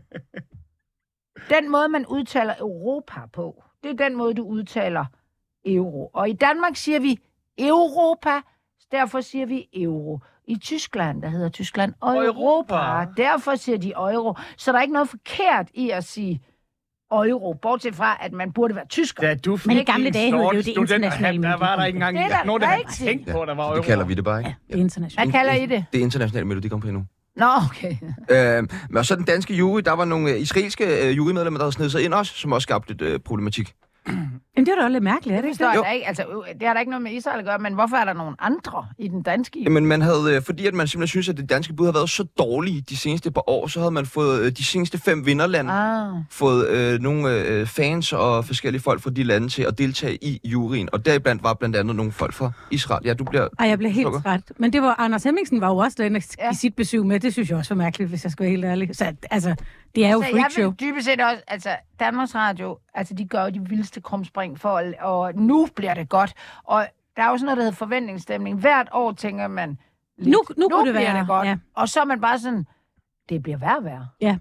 den måde, man udtaler Europa på, det er den måde, du udtaler euro. Og i Danmark siger vi Europa, derfor siger vi euro. I Tyskland, der hedder Tyskland Europa. Europa. Derfor siger de euro. Så der er ikke noget forkert i at sige euro, bortset fra, at man burde være tysker. Da du Men i fik gamle din dage hed det jo det student- internationale Der var der ikke engang Det er da nogen, der havde rigtigt. tænkt på, at der var euro. Det kalder vi det bare, ikke? Det er internationalt. Hvad kalder I det? Det er international Melodi Grand Prix nu. Nå, okay. Øh, men også den danske jury, der var nogle øh, israelske øh, jurymedlemmer, der havde snedet sig ind også, som også skabte et øh, problematik. Jamen, det var da lidt mærkeligt, er det Det ikke forstår det? jeg da ikke. Altså, øh, det har da ikke noget med Israel at gøre, men hvorfor er der nogen andre i den danske? Jamen, man havde, øh, fordi at man simpelthen synes, at det danske bud har været så dårligt de seneste par år, så havde man fået øh, de seneste fem vinderlande, Ah. fået øh, nogle øh, fans og forskellige folk fra de lande til at deltage i juryen. Og deriblandt var blandt andet nogle folk fra Israel. Ja, du bliver... Ej, jeg blev helt Slukker. træt. Men det var, Anders Hemmingsen var jo også derinde Ja. ja. i sit besøg med. Det synes jeg også var mærkeligt, hvis jeg skal være helt ærlig. Så altså, det er jo Så jeg freakshow. vil dybest set også, altså Danmarks Radio, altså de gør jo de vildeste krumspring for, at- og nu bliver det godt. Og der er jo sådan noget, der hedder forventningsstemning. Hvert år tænker man, lidt, Nu, nu, nu kunne det bliver være. det godt. Ja. Og så er man bare sådan, det bliver værre og værre. ja.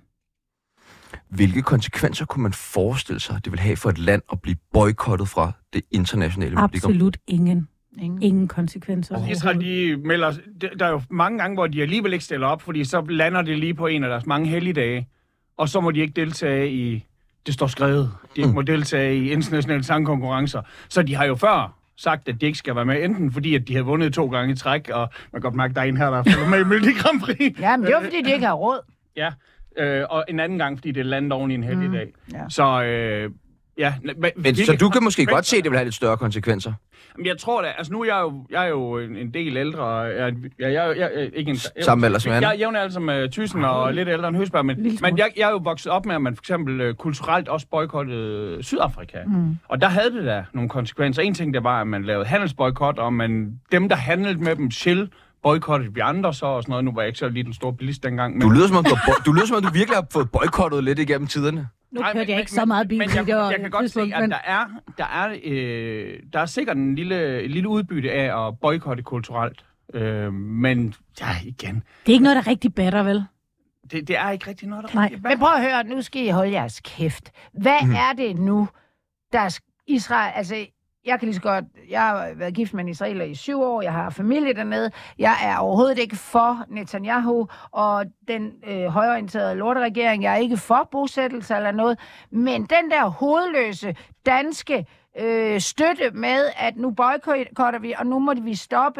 Hvilke konsekvenser kunne man forestille sig, det vil have for et land at blive boykottet fra det internationale Melodi Grand Prix? Absolut ingen. Ingen. Ingen konsekvenser. Israel, de melder... Der er jo mange gange, hvor de alligevel ikke stiller op, fordi så lander det lige på en af deres mange helligdage, og så må de ikke deltage i... Det står skrevet. De ikke må deltage i internationale sangkonkurrencer. Så de har jo før sagt, at de ikke skal være med, enten fordi, at de har vundet to gange i træk, og man kan godt mærke, at der er en her, der falder med i Melodi Grand Prix. Ja, men det er jo fordi, de ikke har råd. Ja, øh, og en anden gang, fordi det er landet oven i en helligdag. Mm, ja. Så... Øh, Ja, men, Men, så du kan måske godt se, at det vil have lidt større konsekvenser. Jamen, jeg tror da, altså nu er jeg jo, jeg er jo en, en del ældre, jeg, jeg, jeg, jeg, jeg ikke en... Samme alder som Anna. Jeg er jævn alder som uh, Thyssen og lidt ældre end Høsberg, men, Lille smule. men jeg, jeg er jo vokset op med, at man for eksempel uh, kulturelt også boykottede Sydafrika. Mm. Og der havde det da nogle konsekvenser. En ting, det var, at man lavede handelsboykot, og man, dem, der handlede med dem, chill, boykottede vi andre så og sådan noget. Nu var jeg ikke så lige den store bilist dengang. Men... Du lyder som om, du, har boy- du, lyder, som om du virkelig har fået boykottet lidt igennem tiderne. Nu Nej, kørte men- jeg ikke men- så meget bil. Men fordi jeg, det var jeg kan godt se, tidspunkt, at men- der er, der er, øh, der er sikkert en lille, en lille udbytte af at boykotte kulturelt. Øh, men ja, igen, Det er ikke noget, der rigtig batter, vel? det, det er ikke rigtig noget, der Nej. rigtig er Men prøv at høre, nu skal I holde jeres kæft. Hvad mm. er det nu, der sk- Israel... Altså, jeg kan lige så godt... Jeg har været gift med en israeler i syv år. Jeg har familie dernede. Jeg er overhovedet ikke for Netanyahu og den øh, højreorienterede lorteregering. Jeg er ikke for bosættelse eller noget. Men den der hovedløse danske øh, støtte med, at nu boykotter vi, og nu må vi stoppe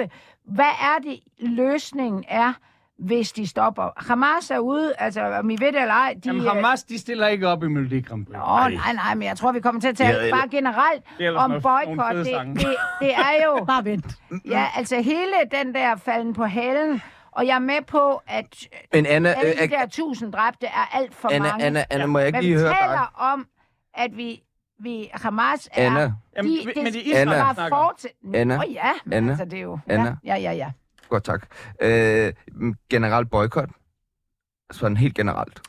hvad er det, løsningen er, hvis de stopper? Hamas er ude, altså om I ved det eller ej. De, Jamen, Hamas, de stiller ikke op i Melodi Grand Prix. Nå, nej, nej, men jeg tror, vi kommer til at tale Ja, bare generelt om boykot. Det, det, det er jo... Bare vent. Ja, altså hele den der falden på halen, og jeg er med på, at Men Anna, alle øh, de der tusind dræbte er alt for Anna, mange. Anna, Anna, må jeg ikke Men lige vi høre dig? taler om, at vi, vi Hamas er... Anna. De, Jamen, det, men det det er Israel, skal vi snakker om. fortsætte. Anna. Åh ja, men Anna. altså det er jo... Anna. Ja, ja, ja. Godt, tak. Øh, generelt boykot. Sådan helt generelt.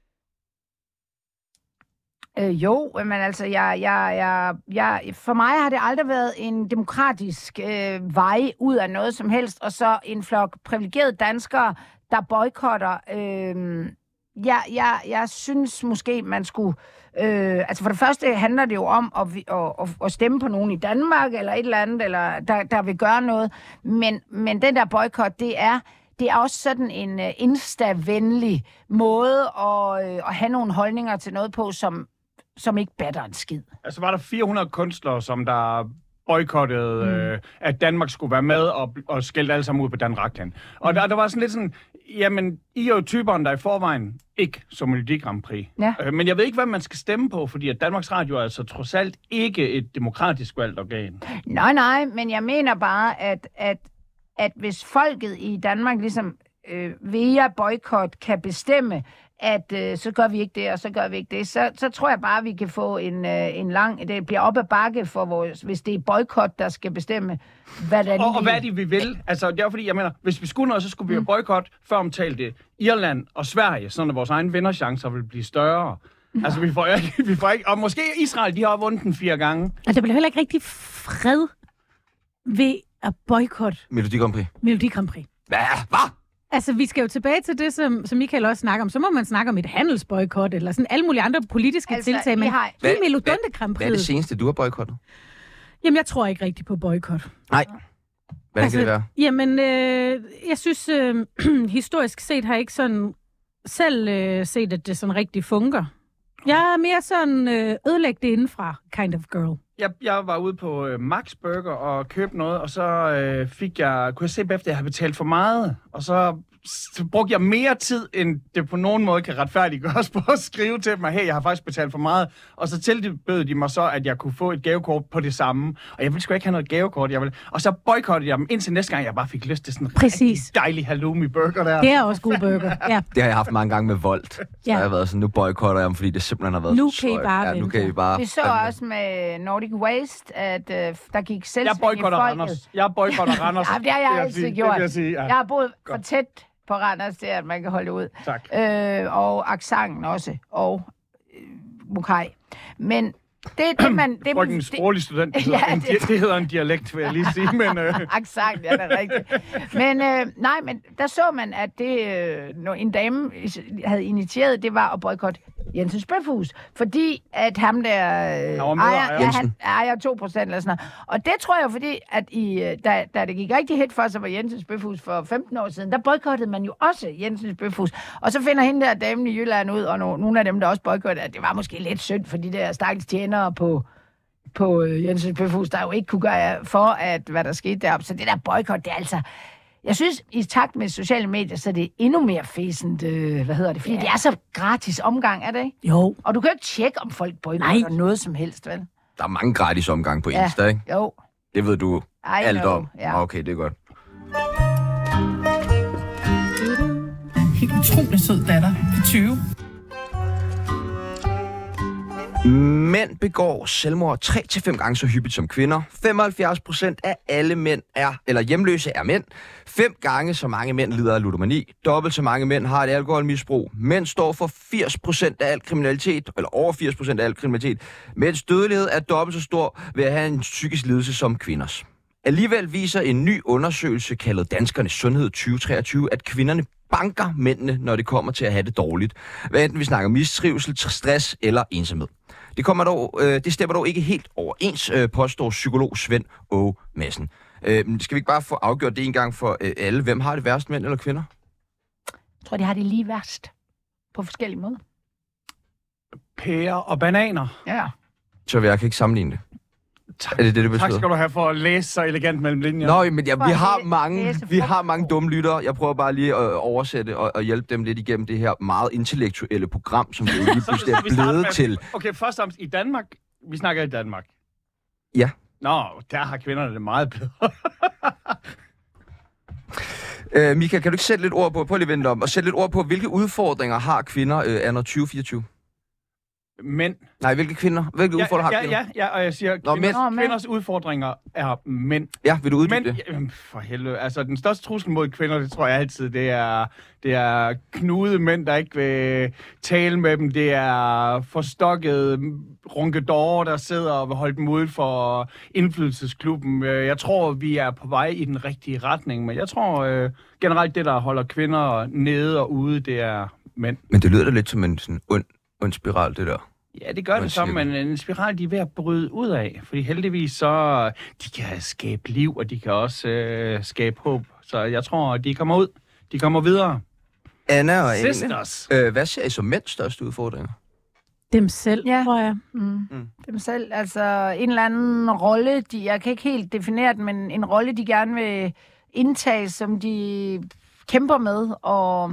Øh, jo, men altså, jeg, jeg, jeg, jeg, for mig har det aldrig været en demokratisk øh, vej ud af noget som helst, og så en flok privilegerede danskere, der boykotter. Øh, jeg, jeg, jeg synes måske, man skulle... Øh, altså for det første handler det jo om at, at, at, at stemme på nogen i Danmark, eller et eller andet, eller der, der vil gøre noget. Men, men den der boykot, det er... Det er også sådan en uh, insta-venlig måde at, uh, at have nogle holdninger til noget på, som, som ikke batter en skid. Altså var der fire hundrede kunstnere, som der boykottede, mm. øh, at Danmark skulle være med og, og skældte alle sammen ud på Dan Rachlin. Og der, der var sådan lidt sådan, jamen, I er jo typerne, der i forvejen ikke som Melodi Grand Prix. Ja. Øh, men jeg ved ikke, hvad man skal stemme på, fordi at Danmarks Radio er altså trods alt ikke et demokratisk valgt organ. Nej, nej, men jeg mener bare, at, at, at hvis folket i Danmark ligesom øh, via boykot kan bestemme, at øh, så gør vi ikke det, og så gør vi ikke det, så, så tror jeg bare, at vi kan få en, øh, en lang... Det bliver op ad bakke, for vores, hvis det er boykot, der skal bestemme, hvad der Og, og hvad er det, vi vil? Altså, det er fordi, jeg mener, hvis vi skulle noget, så skulle vi jo boykot, før omtalte Irland og Sverige, sådan at vores egen vinderchancer vil blive større. Altså, vi får ikke... Vi får ikke og måske Israel, de har vundet den fire gange. Og der bliver heller ikke rigtig fred ved at boykotte Melodi Grand Prix. Melodi Grand Prix. Hvad? Hvad? Altså, vi skal jo tilbage til det, som, som Michael også snakker om. Så må man snakke om et handelsboykot, eller sådan alle mulige andre politiske Altså, tiltag. vi Men har- hele Hvad- Melodi hvad- Grand Hvad er det Prix... seneste, du har boykottet? Jamen, jeg tror ikke rigtig på boykot. Nej. Hvordan altså, kan det være? Jamen, øh, jeg synes, øh, historisk set har jeg ikke sådan selv øh, set, at det sådan rigtig fungerer. Jeg er mere sådan øh, ødelægge det indenfra, kind of girl. Jeg, jeg var ude på øh, Max Burger og købte noget, og så øh, fik jeg, kunne jeg se bagefter, at jeg havde betalt for meget, og så, så brugte jeg mere tid, end det på nogen måde kan retfærdiggøres på at skrive til dem, at hey, jeg har faktisk betalt for meget, og så tilbød de mig så, at jeg kunne få et gavekort på det samme, og jeg ville sgu ikke have noget gavekort, jeg ville, og så boykottede jeg dem, indtil næste gang, jeg bare fik lyst til sådan en Præcis. rigtig dejlig halloumi burger der. Det er også god burger, ja. Det har jeg haft mange gange med Volt. Så Ja. har jeg været sådan, nu boykotter jeg dem, fordi det simpelthen har været Nu så kan I sløjt. bare ja, nu vente. kan I bare... Vi så også med Nordic Waste, at øh, der gik Jeg selvsving i boykotter folket. Randers. Jeg boykotter Randers. Ja, det har jeg vil jeg altid sige. gjort. Det vil jeg sige, ja. Jeg har boet for tæt på Randers til, at man kan holde ud. Tak. Øh, og accenten også. Og øh, Mukai. Men det, det man... Det, Frygten en sproglig student, det hedder, Ja, en, det- det hedder en dialekt, vil jeg lige sige, men... Øh, accent, ja, det er rigtigt. Men øh, nej, men der så man, at det, øh, når en dame havde initieret, det var at boykotte Jensens Bøfhus. Fordi at ham der øh, var ejer, medejer. ja, han ejer to procent eller sådan noget. Og det tror jeg, fordi at i, øh, da, da det gik rigtig hit for sig var Jensens Bøfhus for femten år siden, der boykottede man jo også Jensens Bøfhus. Og så finder hende der damen i Jylland ud, og no- nogle af dem, der også boykottede, at det var måske lidt synd for de der stakkels tjenere på på øh, Jensens Bøfhus, der jo ikke kunne gøre for, at hvad der skete deroppe. Så det der boykot, det er altså... Jeg synes, i takt med sociale medier, så er det endnu mere fæsent, øh, hvad hedder det, fordi ja. det er så gratis omgang, er det ikke? Jo. Og du kan jo ikke tjekke, om folk boykotter noget som helst, vel? Der er mange gratis omgang på Ja. Insta, ikke? Jo. Det ved du I alt know, om. ja. Okay, det er godt. Helt utrolig sød datter på tyve. Mænd begår selvmord tre til fem gange så hyppigt som kvinder. femoghalvfjerds procent af alle mænd er, eller hjemløse er mænd. Fem gange så mange mænd lider af ludomani. Dobbelt så mange mænd har et alkoholmisbrug. Mænd står for firs procent af al kriminalitet, eller over firs procent af al kriminalitet, mens dødelighed er dobbelt så stor ved at have en psykisk lidelse som kvinders. Alligevel viser en ny undersøgelse kaldet Danskernes Sundhed tyve treogtyve, at kvinderne banker mændene, når det kommer til at have det dårligt. Hvad enten vi snakker mistrivsel, stress eller ensomhed. Det, kommer dog, øh, det stemmer dog ikke helt overens, øh, påstår psykolog Svend Åge Madsen. Øh, skal vi ikke bare få afgjort det en gang for øh, alle? Hvem har det værst, mænd eller kvinder? Jeg tror, de har det lige værst. På forskellige måder. pærer og bananer. Ja. Så jeg kan ikke sammenligne det. Tak, Er det det, det betyder? tak skal du have for at læse så elegant mellem linjerne. Nå, men ja, vi For har at mange, læse vi har frugt. mange dumme lyttere. Jeg prøver bare lige at oversætte og, og hjælpe dem lidt igennem det her meget intellektuelle program, som vi lige pludselig er vi starter blevet med- til. Okay, først og fremmest i Danmark. Vi snakker i Danmark. Ja. Nå, der har kvinderne det meget bedre. Øh, Mika, kan du ikke sætte lidt ord på, prøv lige at vente om, og sætte lidt ord på, hvilke udfordringer har kvinder øh, anno tyve fireogtyve? Mænd. Nej, hvilke kvinder? Hvilke Ja, udfordringer ja, har kvinder? ja, ja, og jeg siger, Nå, kvinders, mænd. Nå, mænd. kvinders udfordringer er mænd. Ja, vil du uddybe Men, det? jamen, for helvede, altså den største trussel mod kvinder, det tror jeg altid, det er, det er knude mænd, der ikke vil tale med dem. Det er forstokket runkedårer, der sidder og vil holde dem ude for indflydelsesklubben. Øh, Jeg tror, vi er på vej i den rigtige retning, men jeg tror øh, generelt, det, der holder kvinder nede og ude, det er mænd. Men det lyder da lidt som en sådan ond, ond spiral, det der. Ja, det gør Hvad det så, siger men en spiral, de er ved at bryde ud af. Fordi heldigvis så, de kan skabe liv, og de kan også øh, skabe håb. Så jeg tror, de kommer ud. De kommer videre. Anna og Ane, Sisters. øh, hvad ser I som mænds største udfordringer? Dem selv, Ja. tror jeg. Mm. Mm. Mm. Dem selv, altså en eller anden rolle, de, jeg kan ikke helt definere den, men en rolle, de gerne vil indtage, som de kæmper med, og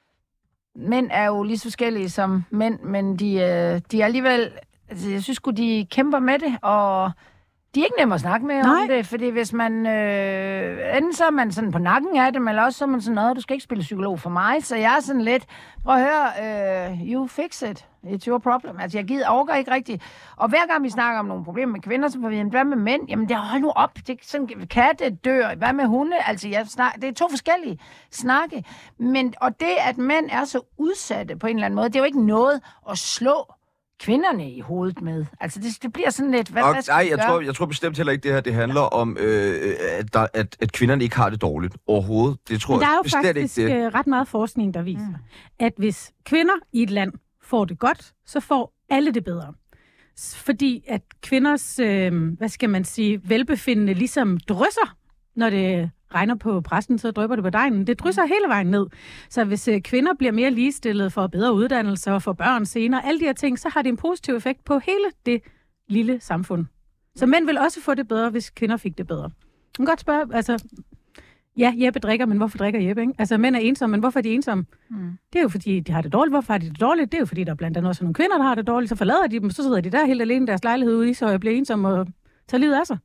mænd er jo lige så forskellige som mænd, men de, øh, de er alligevel, altså jeg synes sgu, de kæmper med det, og de er ikke nemme at snakke med Nej. om det, fordi hvis man, øh, enten så er man sådan på nakken af det, eller også så er man sådan, noget, du skal ikke spille psykolog for mig, så jeg er sådan lidt, prøv at høre, øh, you fix it, it's your problem. Altså jeg gider, overgår ikke rigtigt. Og hver gang vi snakker om nogle problemer med kvinder, så får vi, hvad med mænd? Jamen det hold nu op, det er sådan, katte dør, hvad med hunde? Altså jeg snak, det er to forskellige snakke. Men, og det, at mænd er så udsatte på en eller anden måde, det er jo ikke noget at slå kvinderne i hovedet med. Altså, det, det bliver sådan lidt... Hvad, Og, hvad skal nej, vi jeg gøre? tror, jeg tror bestemt heller ikke, det her det handler om, øh, at, der, at, at kvinderne ikke har det dårligt overhovedet. Det tror Men der er jeg jo bestemt faktisk ikke det. øh, ret meget forskning, der viser, mm. at hvis kvinder i et land får det godt, så får alle det bedre. S- Fordi at kvinders, øh, hvad skal man sige, velbefindende ligesom drysser, når det regner på præsten, så drypper det på dejen. Det drysser hele vejen ned. Så hvis øh, kvinder bliver mere ligestillede, for bedre uddannelse og for børn senere, alle de her ting, så har det en positiv effekt på hele det lille samfund. Så mænd vil også få det bedre, hvis kvinder fik det bedre. Man kan godt spørge, altså, ja, Jeppe drikker, men hvorfor drikker Jeppe, ikke? Altså, mænd er ensomme, men hvorfor er de ensomme? Mm. Det er jo, fordi de har det dårligt. Hvorfor har de det dårligt? Det er jo, fordi der er blandt andet også nogle kvinder, der har det dårligt. Så forlader de dem, så sidder de der helt alene i deres lejlighed ude i, så jeg bliver ensom og tager livet af sig.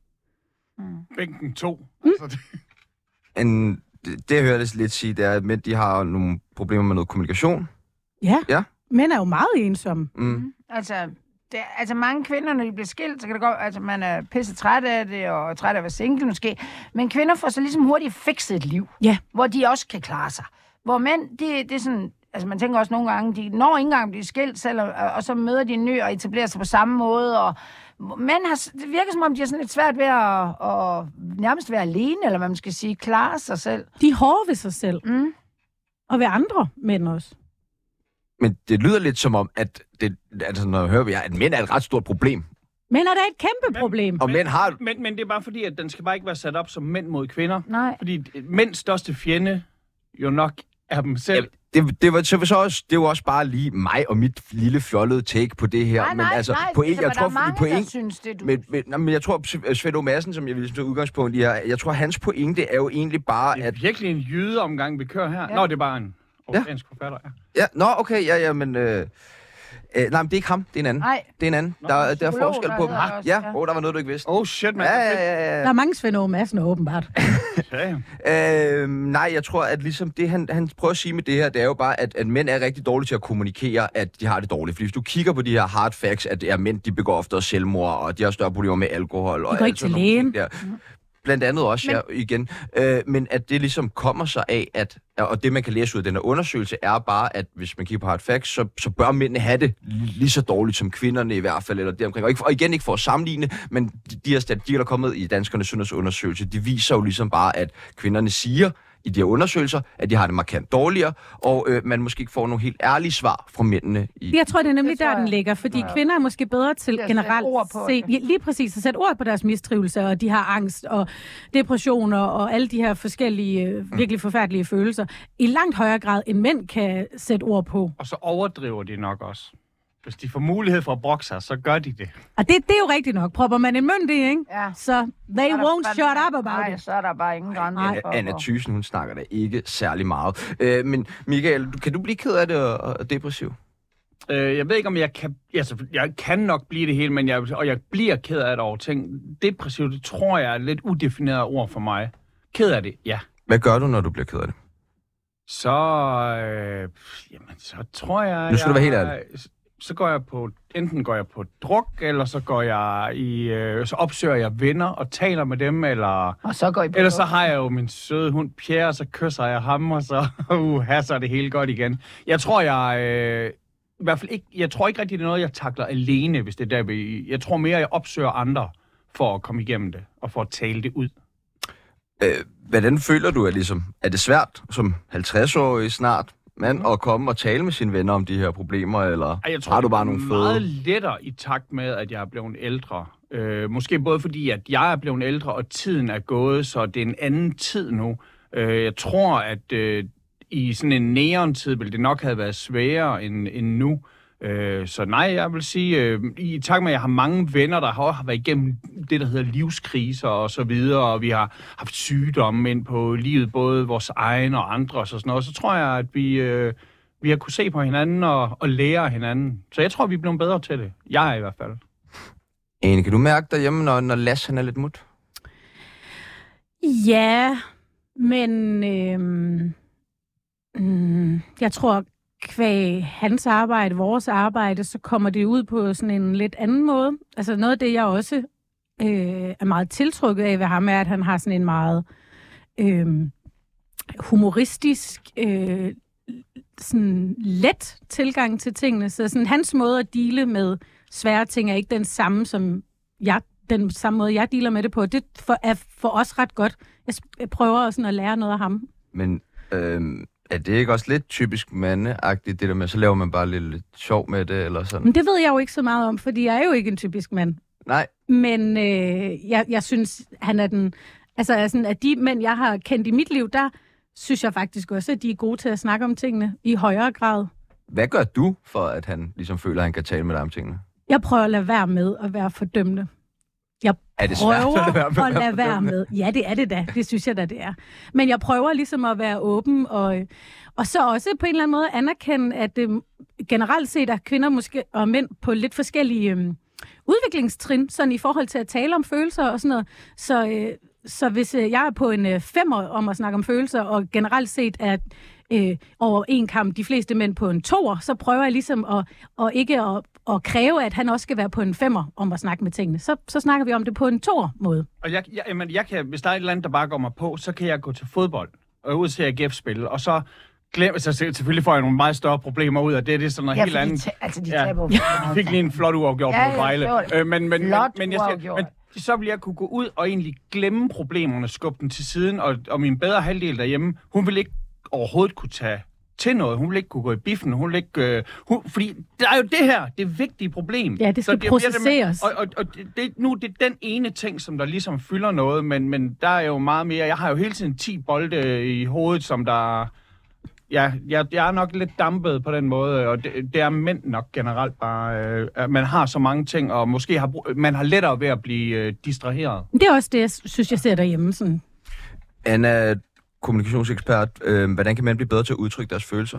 Bænken to. Mm. Altså, det, En, det, det jeg hører det lidt sige, det er, at mænd de har nogle problemer med noget kommunikation. Ja. Ja. Mænd er jo meget ensomme. Mm. Altså, det, altså mange kvinder, når de bliver skilt, så kan det godt, altså man er pisse træt af det, og træt af at være single måske. Men kvinder får så ligesom hurtigt fikset et liv, Ja. hvor de også kan klare sig. Hvor mænd, det, det er sådan, altså man tænker også nogle gange, de når ikke engang at blive skilt selv, og, og så møder de en ny og etablerer sig på samme måde, og mænd har, det virker som om, de har sådan lidt svært ved at, at nærmest være alene, eller hvad man skal sige, klare sig selv. De er hårde ved sig selv. Mm. Og ved andre mænd også. Men det lyder lidt som om, at, det, altså, når jeg hører, jeg, at mænd er et ret stort problem. Mænd er da et kæmpe problem. Og mænd har... men, men det er bare fordi, at den skal bare ikke være sat op som mænd mod kvinder. Nej. Fordi mænds største fjende jo nok er dem selv. Ja, det, det, var, så, så også, det var også bare lige mig og mit lille fjollede take på det her. Nej, nej, men altså, nej, point, altså, jeg men tror, der er mange, point, der synes det, du... Men, men, nej, men jeg tror, Svend O. Madsen, som jeg vil tage udgangspunkt i her, jeg tror, hans pointe er jo egentlig bare, Det er at... virkelig en jydeomgang, vi kører her. Ja. Ja. Nå, det er bare en oceansk ja. forfatter. Ja. Ja, nå, okay, ja, ja, men... Øh, øh, nej, men det er ikke ham, det er en anden. Nej. Det er en anden. Nå, der, der er psykolog, forskel der på dem. hedder også, Ja, ja. åh, oh, der var noget, du ikke vidste. Oh shit, man. Ja, ja, ja, Der ja. er mange Svend Åge Madsen, åbenbart. ja, ja. Øh, nej, jeg tror, at ligesom det, han, han prøver at sige med det her, det er jo bare, at, at mænd er rigtig dårlige til at kommunikere, at de har det dårligt. Fordi hvis du kigger på de her hard facts, at det er mænd, de begår oftere selvmord, og de har større problemer med alkohol. Og går alt ikke til sådan nogle lægen. ting Der. Blandt andet også, men... ja, igen. Øh, men at det ligesom kommer sig af, at, og det man kan læse ud af den her undersøgelse, er bare, at hvis man kigger på hard facts, så, så bør mændene have det lige så dårligt som kvinderne i hvert fald, eller deromkring. Og, ikke, og igen ikke for at sammenligne, men de, de her statistikker, der er kommet i Danskernes Sundhedsundersøgelse, de viser jo ligesom bare, at kvinderne siger i de her undersøgelser, at de har det markant dårligere, og øh, man måske ikke får nogle helt ærlige svar fra mændene. I, Jeg tror, det er nemlig Det tror der, den jeg. ligger, fordi Ja. kvinder er måske bedre til Det er at sætte generelt ord på se, det. ja, lige præcis at sætte ord på deres mistrivelse, og de har angst og depressioner og alle de her forskellige, øh, virkelig forfærdelige følelser, i langt højere grad, end mænd kan sætte ord på. Og så overdriver de nok også. Hvis de får mulighed for at brokke sig, så gør de det. Og det, det er jo rigtigt nok. Propper man en mønt i, ikke? Ja. Så they Så er der won't fandme- shut up about Nej, it. så er der bare ingen grænser. Nej. for- Anna Thyssen, hun snakker da ikke særlig meget. Øh, men Michael, du- kan du blive ked af det og, og depressiv? Øh, jeg ved ikke, om jeg kan... Altså, jeg kan nok blive det hele, men jeg, og jeg bliver ked af det over ting. Depressiv, det tror jeg er et lidt udefineret ord for mig. Ked af det, ja. Hvad gør du, når du bliver ked af det? Så... Øh, jamen, så tror jeg... Nu skal du jeg, være helt ærlig. Så går jeg på... Enten går jeg på druk, eller så går jeg i... Øh, så opsøger jeg venner og taler med dem, eller... Og så går I på Ellers så druk. har jeg jo min søde hund Pierre, og så kysser jeg ham, og så... Uh, så er det hele godt igen. Jeg tror, jeg... Øh, I hvert fald ikke... Jeg tror ikke rigtig, det er noget, jeg takler alene, hvis det er der... vi- Jeg tror mere, jeg opsøger andre for at komme igennem det, og for at tale det ud. Øh, hvordan føler du, at ligesom, er det svært som halvtreds-årig snart mand at komme og tale med sine venner om de her problemer, eller Ej, jeg tror, har du bare det er nogle meget fede... lettere i takt med, at jeg er blevet ældre. Øh, måske både fordi, at jeg er blevet ældre, og tiden er gået, så det er en anden tid nu. Øh, jeg tror, at øh, i sådan en neon-tid ville det nok have været sværere end, end nu. Øh, så nej, jeg vil sige, øh, i takt med, at jeg har mange venner, der har, har været igennem det, der hedder livskriser og så videre, og vi har haft sygdomme ind på livet, både vores egen og andre og sådan noget, så tror jeg, at vi, øh, vi har kunne se på hinanden og, og lære af hinanden. Så jeg tror, vi er blevet bedre til det. Jeg er i hvert fald. Ane, kan du mærke derhjemme, når, når Lasse han er lidt mut? Ja, men øhm, mm, jeg tror, kvæg hans arbejde, vores arbejde, så kommer det ud på sådan en lidt anden måde. Altså noget af det, jeg også øh, er meget tiltrukket af ved ham, er, at han har sådan en meget øh, humoristisk, øh, sådan let tilgang til tingene. Så sådan, hans måde at deale med svære ting er ikke den samme, som jeg, den samme måde, jeg dealer med det på. Det for, er for os ret godt. Jeg, jeg prøver sådan at lære noget af ham. Men øh, er det ikke også lidt typisk mandeagtigt, det der med, så laver man bare lidt, lidt sjov med det, eller sådan? Men det ved jeg jo ikke så meget om, fordi jeg er jo ikke en typisk mand. Nej. Men øh, jeg, jeg synes, han er den... Altså, er sådan, at de mænd, jeg har kendt i mit liv, der synes jeg faktisk også, at de er gode til at snakke om tingene i højere grad. Hvad gør du, for at han ligesom føler, at han kan tale med dig om tingene? Jeg prøver at lade være med at være fordømmende. Jeg Er det svært prøver at lade være med at at være lade være fordømmende? med. Ja, det er det da. Det synes jeg da, det er. Men jeg prøver ligesom at være åben, og, og så også på en eller anden måde anerkende, at øh, generelt set er kvinder måske, og mænd på lidt forskellige øh, udviklingstrin, sådan i forhold til at tale om følelser og sådan noget. Så, øh, så hvis øh, jeg er på en øh, femmer om at snakke om følelser, og generelt set er øh, over en kamp de fleste mænd på en toer, så prøver jeg ligesom at, og ikke at, at kræve, at han også skal være på en femmer om at snakke med tingene. Så, så snakker vi om det på en toer-måde. Og jeg, jeg, jamen, jeg kan, hvis der er et eller andet, der bare går mig på, så kan jeg gå til fodbold og ud til A G F-spil, og så glem, så selvfølgelig får jeg nogle meget større problemer ud af det. Det er sådan noget Ja, helt fordi andet. ta- altså, de Ja. taber jo. Jeg fik lige en flot uafgjort Ja, på ja, Vejle. så det. Øh, men, men, men, Flot men, jeg siger, uafgjort. men så vil jeg kunne gå ud og egentlig glemme problemerne, skubbe dem til siden, og, og min bedre halvdel derhjemme, hun vil ikke overhovedet kunne tage til noget. Hun vil ikke kunne gå i biffen. Hun vil ikke... Øh, hun, fordi der er jo det her, det vigtige problem. Ja, det skal Så processeres. Og, og, og det, det, nu det er den ene ting, som der ligesom fylder noget, men, men der er jo meget mere... Jeg har jo hele tiden ti bolde i hovedet, som der... Ja, jeg, jeg er nok lidt dampet på den måde, og det, det er mænd nok generelt bare, øh, at man har så mange ting, og måske har brug, man har lettere ved at blive øh, distraheret. Det er også det, jeg synes, jeg ser derhjemme. Sådan. Anna, kommunikationsekspert, øh, hvordan kan mænd blive bedre til at udtrykke deres følelser?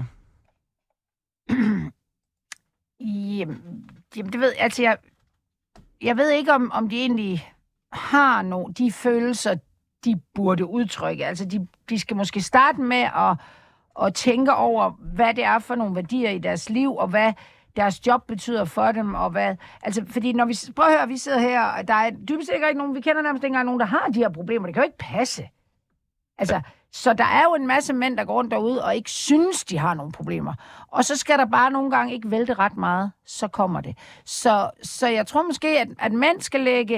Jamen, jamen, det ved altså jeg. Jeg ved ikke, om, om de egentlig har no, de følelser, de burde udtrykke. Altså, de, de skal måske starte med at, at tænke over, hvad det er for nogle værdier i deres liv, og hvad deres job betyder for dem, og hvad... Altså, fordi når vi... Prøv at høre, vi sidder her, og der er dybest set ikke nogen... Vi kender nærmest ikke engang nogen, der har de her problemer. Det kan jo ikke passe. Altså, så der er jo en masse mænd, der går rundt derude og ikke synes, de har nogle problemer. Og så skal der bare nogle gange ikke vælte ret meget, så kommer det. Så, så jeg tror måske, at, at mænd skal lægge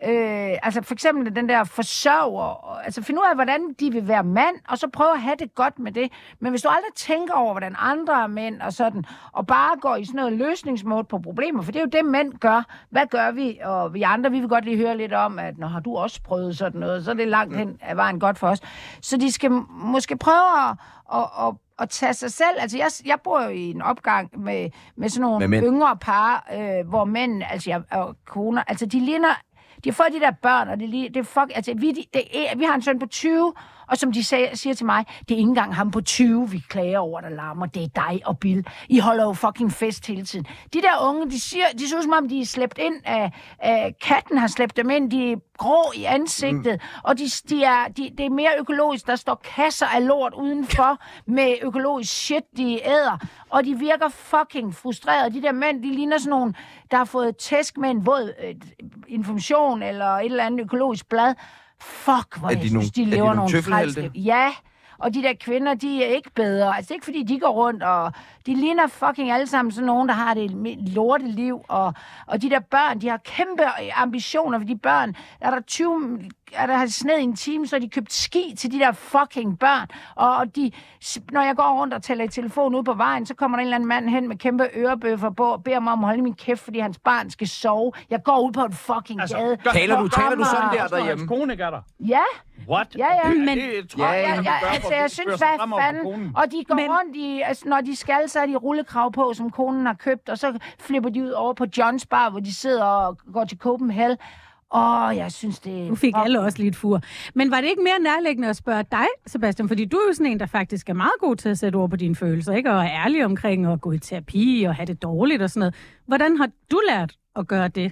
Øh, altså for eksempel den der forsørger, altså finde ud af, hvordan de vil være mand, og så prøve at have det godt med det. Men hvis du aldrig tænker over, hvordan andre er mænd og sådan, og bare går i sådan noget løsningsmåde på problemer, for det er jo det, mænd gør. Hvad gør vi? Og vi andre, vi vil godt lige høre lidt om, at når har du også prøvet sådan noget, så er det langt hen af vejen godt for os. Så de skal måske prøve at, at, at at tage sig selv. Altså, jeg, jeg bor jo i en opgang med, med sådan nogle med yngre par, øh, hvor mænd, altså jeg, og koner, altså de ligner, de har fået de der børn, og det, det er fuck, altså vi, det er, vi har en søn på tyve, og som de sag, siger til mig, det er ikke engang ham på tyve, vi klager over, der larmer, det er dig og Bill. I holder jo fucking fest hele tiden. De der unge, de siger, de synes som om, de er slæbt ind af, af katten har slæbt dem ind, de er grå i ansigtet, mm. og de, de er, de, det er mere økologisk, der står kasser af lort udenfor med økologisk shit, de æder, og de virker fucking frustrerede. De der mænd, de ligner sådan nogle, der har fået tæsk med en våd øh, information eller et eller andet økologisk blad. Fuck, hvor jeg de synes, nogle, de lever nogle trælsliv. Ja, og de der kvinder, de er ikke bedre. Altså ikke fordi de går rundt, og de ligner fucking alle sammen sådan nogen, der har det lorteliv. Og, og de der børn, de har kæmpe ambitioner for de børn. Er der tyve, er der sned i en time, så har de købt ski til de der fucking børn. Og de, når jeg går rundt og tæller i telefon ude på vejen, så kommer der en eller anden mand hen med kæmpe ørebøffer på og beder mig om at holde min kæft, fordi hans barn skal sove. Jeg går ud på en fucking altså, gade. Taler du, taler du sådan der derhjemme? Hans kone gør der. Ja. What? Ja, ja. Okay, men, det tror ja, jeg, ja, han ja, gør, altså, jeg synes, hvad fanden. Og de går men, rundt i, altså, når de skal, så er de rullekrav på, som konen har købt, og så flipper de ud over på Johns Bar, hvor de sidder og går til Copenhagen. Åh, jeg synes, det... Nu fik alle også lidt fur. Men var det ikke mere nærliggende at spørge dig, Sebastian? Fordi du er jo sådan en, der faktisk er meget god til at sætte ord på dine følelser, ikke? Og er ærlig omkring at gå i terapi og have det dårligt og sådan noget. Hvordan har du lært at gøre det?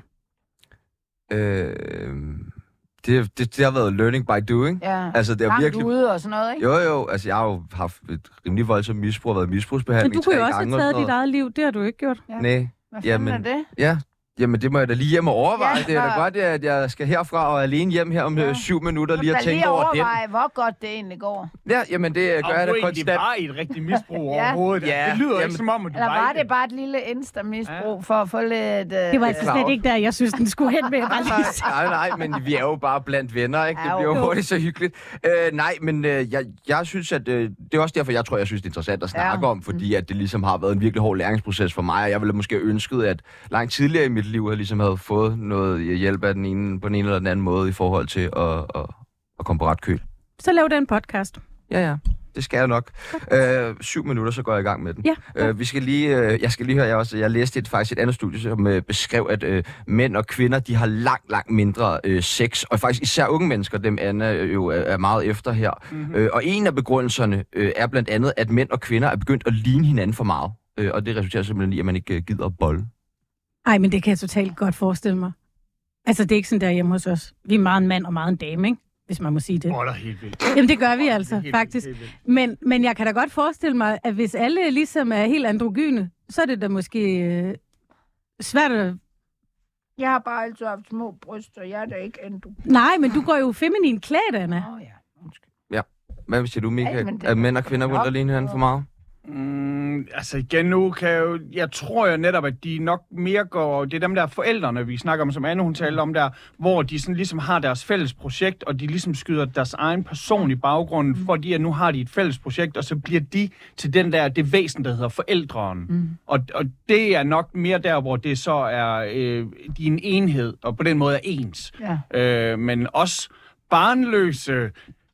Øh... Det, det, det har været learning by doing. Ja, altså, det er virkelig ude og sådan noget, ikke? Jo, jo. Altså, jeg har jo haft et rimelig voldsomt misbrug, været misbrugsbehandling. Men du kunne jo også have taget dit eget liv. Det har du ikke gjort. Ja. Nej. Hvad fanden er det? Ja. Jamen, det må jeg da lige hjem og overveje. Ja, det er da godt, at jeg skal herfra og alene hjem her om ja. syv minutter lige at tænke over det. lige overveje, hvor godt det egentlig går. Ja, jamen det gør og jeg da konstant. konstant. Det var i et rigtigt misbrug ja. overhovedet. Ja. Det lyder jamen, ikke som om, at du eller var var det bare et lille insta-misbrug ja. for at få lidt... Uh... Det var altså slet ikke der, jeg synes, den skulle hen med. nej, nej, men vi er jo bare blandt venner, ikke? Det ja, bliver jo hurtigt så hyggeligt. Uh, nej, men uh, jeg, jeg synes, at uh, det er også derfor, jeg tror, jeg synes, det er interessant at snakke ja. om, fordi at det ligesom har været en virkelig hård læringsproces for mig, og jeg ville måske have ønsket, at langt tidligere i mit liv, jeg ligesom havde fået noget hjælp af den ene, på den ene eller den anden måde i forhold til at, at, at komme på ret køl. Så lav den podcast. Ja, ja. Det skal jeg nok. Øh, syv minutter, så går jeg i gang med den. Ja. Øh, vi skal lige, øh, jeg skal lige høre, jeg, også, jeg læste et, faktisk et andet studie, som øh, beskrev, at øh, mænd og kvinder, de har langt, langt mindre øh, sex. Og faktisk især unge mennesker, dem Anna jo er, er meget efter her. Mm-hmm. Øh, og en af begrundelserne øh, er blandt andet, at mænd og kvinder er begyndt at ligne hinanden for meget. Øh, og det resulterer simpelthen i, at man ikke øh, gider at bolle. Ej, men det kan jeg totalt godt forestille mig. Altså, det er ikke sådan der hjemme hos os. Vi er meget en mand og meget en dame, ikke? Hvis man må sige det. Åh, oh, det er helt vildt. Jamen, det gør vi altså, helt faktisk. Vildt, vildt. Men, men jeg kan da godt forestille mig, at hvis alle ligesom er helt androgyne, så er det da måske øh, svært at... Jeg har bare altid haft små bryster, jeg er da ikke androgyne. Nej, men du går jo feminin klædt, Anna. Åh, oh, ja. Undskyld. Ja. Hvad siger du, Michael? Ej, Er mænd og kvinder begyndt at ligne hinanden for meget? Mm, altså igen nu kan jeg jo, jeg tror jo netop, at de nok mere går, det er dem der forældrene, vi snakker om, som Anne hun talte om der, hvor de sådan ligesom har deres fælles projekt, og de ligesom skyder deres egen person i baggrunden, mm. fordi at nu har de et fælles projekt, og så bliver de til den der, det væsen, der hedder forældren. Mm. Og, og det er nok mere der, hvor det så er øh, de en enhed, og på den måde er ens. Ja. Øh, men også barnløse,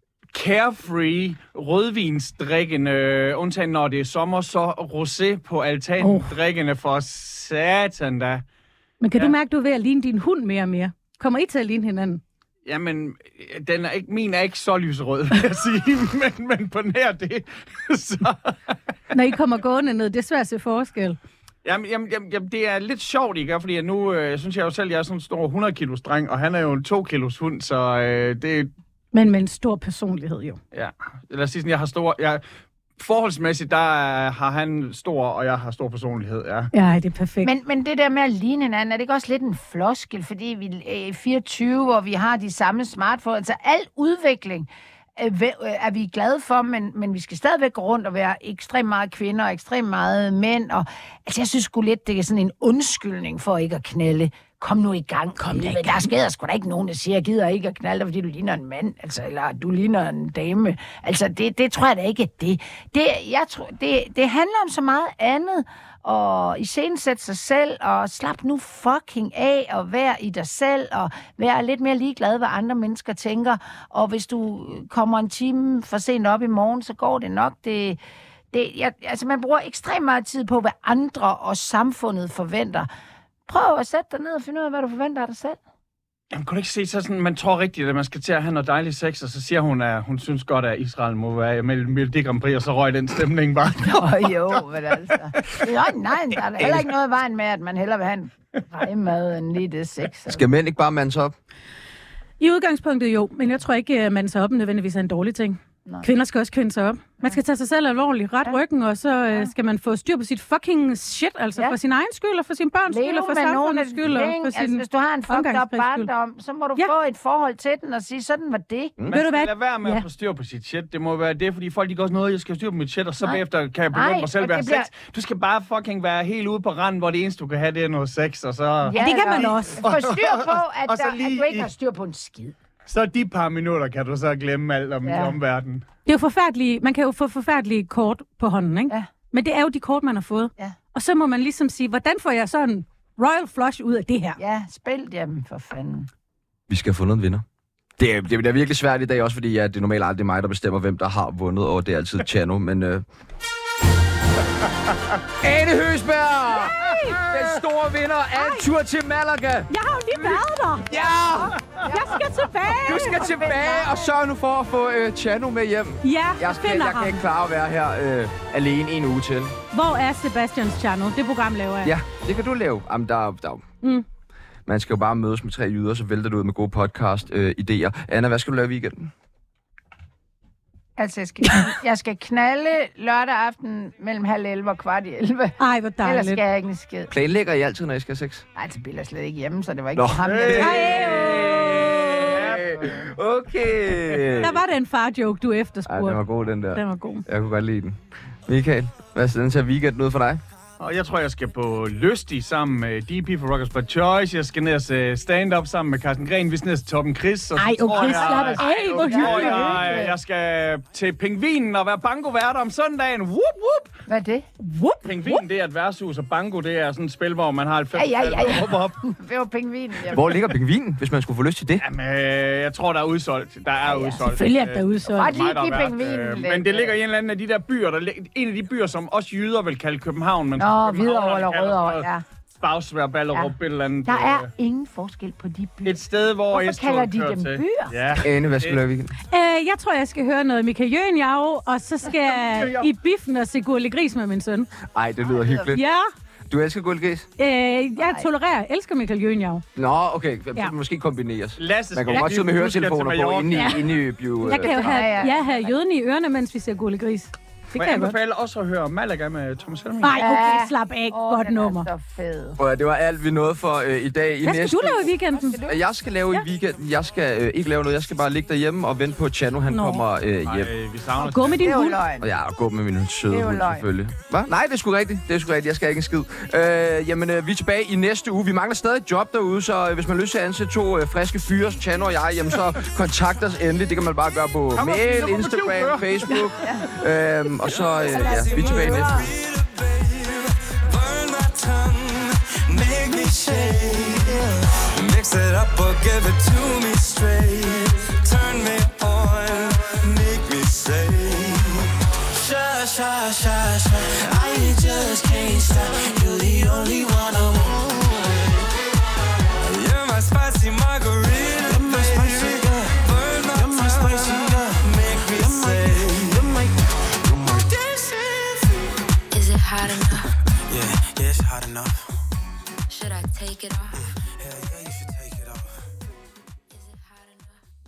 carefree, rødvinsdrikkende, undtagen når det er sommer, så rosé på altanen, oh. drikkende for satan da. Men kan ja. du mærke, du er ved at ligne din hund mere og mere? Kommer I til at ligne hinanden? Jamen, den er ikke, min er ikke så lyserød, vil jeg sige, men, men på nær det, så... Når I kommer gående ned, det er svært at se forskel. Jamen, jamen, jamen, det er lidt sjovt, ikke? Fordi nu øh, synes jeg jo selv, jeg er sådan en stor hundrede kilos dreng, og han er jo en to kilos hund, så øh, det... Men med en stor personlighed, jo. Ja, lad os sige sådan, jeg har stor... Jeg, forholdsmæssigt, der er, har han stor, og jeg har stor personlighed, ja. Ja, det er perfekt. Men, men det der med at ligne hinanden, er det ikke også lidt en floskel, fordi vi er fireogtyve, og vi har de samme smartphones, altså al udvikling er vi glade for, men, men vi skal stadigvæk gå rundt og være ekstremt meget kvinder og ekstremt meget mænd. Og, altså, jeg synes sgu lidt, det er sådan en undskyldning for ikke at knalde kom nu i gang. Kom nu i gang. Der sker sgu da ikke nogen, der siger, jeg gider ikke at knalde dig, fordi du ligner en mand, altså, eller du ligner en dame. Altså, det, det tror jeg da ikke, det. Det, jeg tror, det, det handler om så meget andet, og iscenesætte sig selv, og slap nu fucking af, og vær i dig selv, og vær lidt mere ligeglad, hvad andre mennesker tænker. Og hvis du kommer en time for sent op i morgen, så går det nok. Det, det, jeg, altså, man bruger ekstremt meget tid på, hvad andre og samfundet forventer. Prøv at sætte dig ned og finde ud af, hvad du forventer af dig selv. Jamen, kunne du ikke se så sådan, man tror rigtigt, at man skal til at have noget dejligt sex, og så siger hun, at hun synes godt, at Israel må være mellem Melodi Grand Prix, og så røg den stemning bare. Nå jo, men altså. Jo, nej, der er heller ikke noget i vejen med, at man hellere vil have en rejmad end lige det sex. Altså. Skal mænd ikke bare mande sig op? I udgangspunktet jo, men jeg tror ikke, at mande sig op nødvendigvis er en dårlig ting. Nej. Kvinder skal også kvinde sig op. Man skal tage sig selv alvorligt, ret ja. ryggen, og så øh, skal man få styr på sit fucking shit, altså ja. for sin egen skyld, og for sin børns skyld, og for samfundets skyld, og for sin altså, hvis du har en fucked up barndom, så må du ja. få et forhold til den og sige, sådan var det. Mm. Man skal lade være med ja. at få styr på sit shit. Det må være det, fordi folk de går også noget, jeg skal styr på mit shit, og så bagefter kan jeg begynde mig selv være bliver... sex. Du skal bare fucking være helt ude på randen, hvor det eneste, du kan have, det er noget sex, og så... Ja, det kan man også. Få styr på, at, der, lige... at du ikke har styr på en skid. Så de par minutter kan du så glemme alt om ja. omverdenen. Det er jo forfærdeligt. Man kan jo få forfærdelige kort på hånden, ikke? Ja. Men det er jo de kort, man har fået. Ja. Og så må man ligesom sige, hvordan får jeg så en royal flush ud af det her? Ja, spil dem for fanden. Vi skal have fundet en vinder. Det er, det er virkelig svært i dag, også fordi ja, det er normalt aldrig mig, der bestemmer, hvem der har vundet, og det er altid Tjano, men... Øh... Ane Høgsberg! Den store vinder af en tur til Malaga! Jeg har jo lige været der! Ja! Jeg skal tilbage! Du skal tilbage, og sørg nu for at få øh, Tjano med hjem. Ja, jeg, skal, jeg kan ikke klare at være her øh, alene en uge til. Hvor er Sebastians Tjano? Det program laver jeg. Ja, det kan du lave. Jamen, der, der, mm. Man skal jo bare mødes med tre jyder, så vælter du ud med gode podcast-idéer. Øh, Anna, hvad skal du lave i weekenden? Altså, jeg skal, jeg skal knalde lørdag aften mellem halv elleve og kvart i elleve. Ej, hvor dejligt. Ellers skal jeg ikke en skid. Planlægger I altid, når I skal have sex? Nej, det bliver slet ikke hjemme, så det var ikke ham. Hey. Okay. Der var det en far-joke, du efterspurgte. Ej, den var god, den der. Den var god. Jeg kunne godt lide den. Michael, hvad ser den til weekenden ud for dig? Og jeg tror, jeg skal på Lystig sammen med D P for Rockers by Choice. Jeg skal ned og se stand-up sammen med Carsten Gren. Vi skal ned til Torben Chris. Ej, okay, slap af. Ej, hvor hyggeligt. Jeg, jeg skal til Pingvinen og være bankovært om søndagen. Whoop, whoop. Hvad er det? Whoop, Pingvinen, det er et værtshus, og banko, det er sådan et spil, hvor man har et fem. Ja, ja, ja, ja. Det var Pingvinen. Jamen. Hvor ligger Pingvinen, hvis man skulle få lyst til det? Jamen, jeg tror, der er udsolgt. Der er ja, udsolgt. Selvfølgelig er der udsolgt. Bare lige give Pingvinen. Men det ligger i en eller anden af de der byer. Der, en af de byer, som også jyder vil kalde København. Men Nå, Hvidovre eller Rødovre, ja. Bagsværd, Ballerup, ja. Et eller andet. Der er øh, ingen forskel på de byer. Et sted, hvor... Hvorfor kalder de dem til byer? Ja. Ane, hvad skal du lave i weekenden? Øh, jeg tror, jeg skal høre noget Michael Jøgenjau, og så skal jeg i biffen og se Gurli Gris med min søn. Ej, det lyder hyggeligt. Ja. Du elsker Gurli Gris? Øh, jeg tolererer, elsker Michael Jøgenjau. Nå, okay. Det ja. måske kombineres. Lasse, man kan jo godt sidde med høretelefoner på, inde i, ja. inde i blive... Jeg kan jo have, ja, have jøden i ørerne, mens vi ser Gurli Gris. Det kan jeg anbefale også at høre Malaga med Thomas Helming. Nej, okay, slap af. Oh, godt nummer. Så fed. Og det var alt, vi nåede for øh, i dag. I Hvad skal næste... du lave i weekenden? Skal jeg skal lave ja. i weekenden. Jeg skal øh, ikke lave noget. Jeg skal bare ligge derhjemme og vente på, at Tjano han Nå. kommer øh, hjem. Ej, vi savner og gå med din hund. Og ja, og gå med min søde hund, selvfølgelig. Hvad? Nej, det er sgu rigtigt. Det er sgu rigtigt. Jeg skal ikke en skid. Øh, jamen, øh, vi er tilbage i næste uge. Vi mangler stadig et job derude, så øh, hvis man har lyst til at ansætte to øh, friske fyre, Tjano og jeg, jamen så kontakt os endelig. Det kan man bare gøre på Kom mail, op, Instagram, Facebook. ja. øhm, og så... Øh, ja. Vi er tilbage næste uge. Mix it up or give it to me straight. Turn me on, make me say sha sha sha sha. I just can't stop. You're the only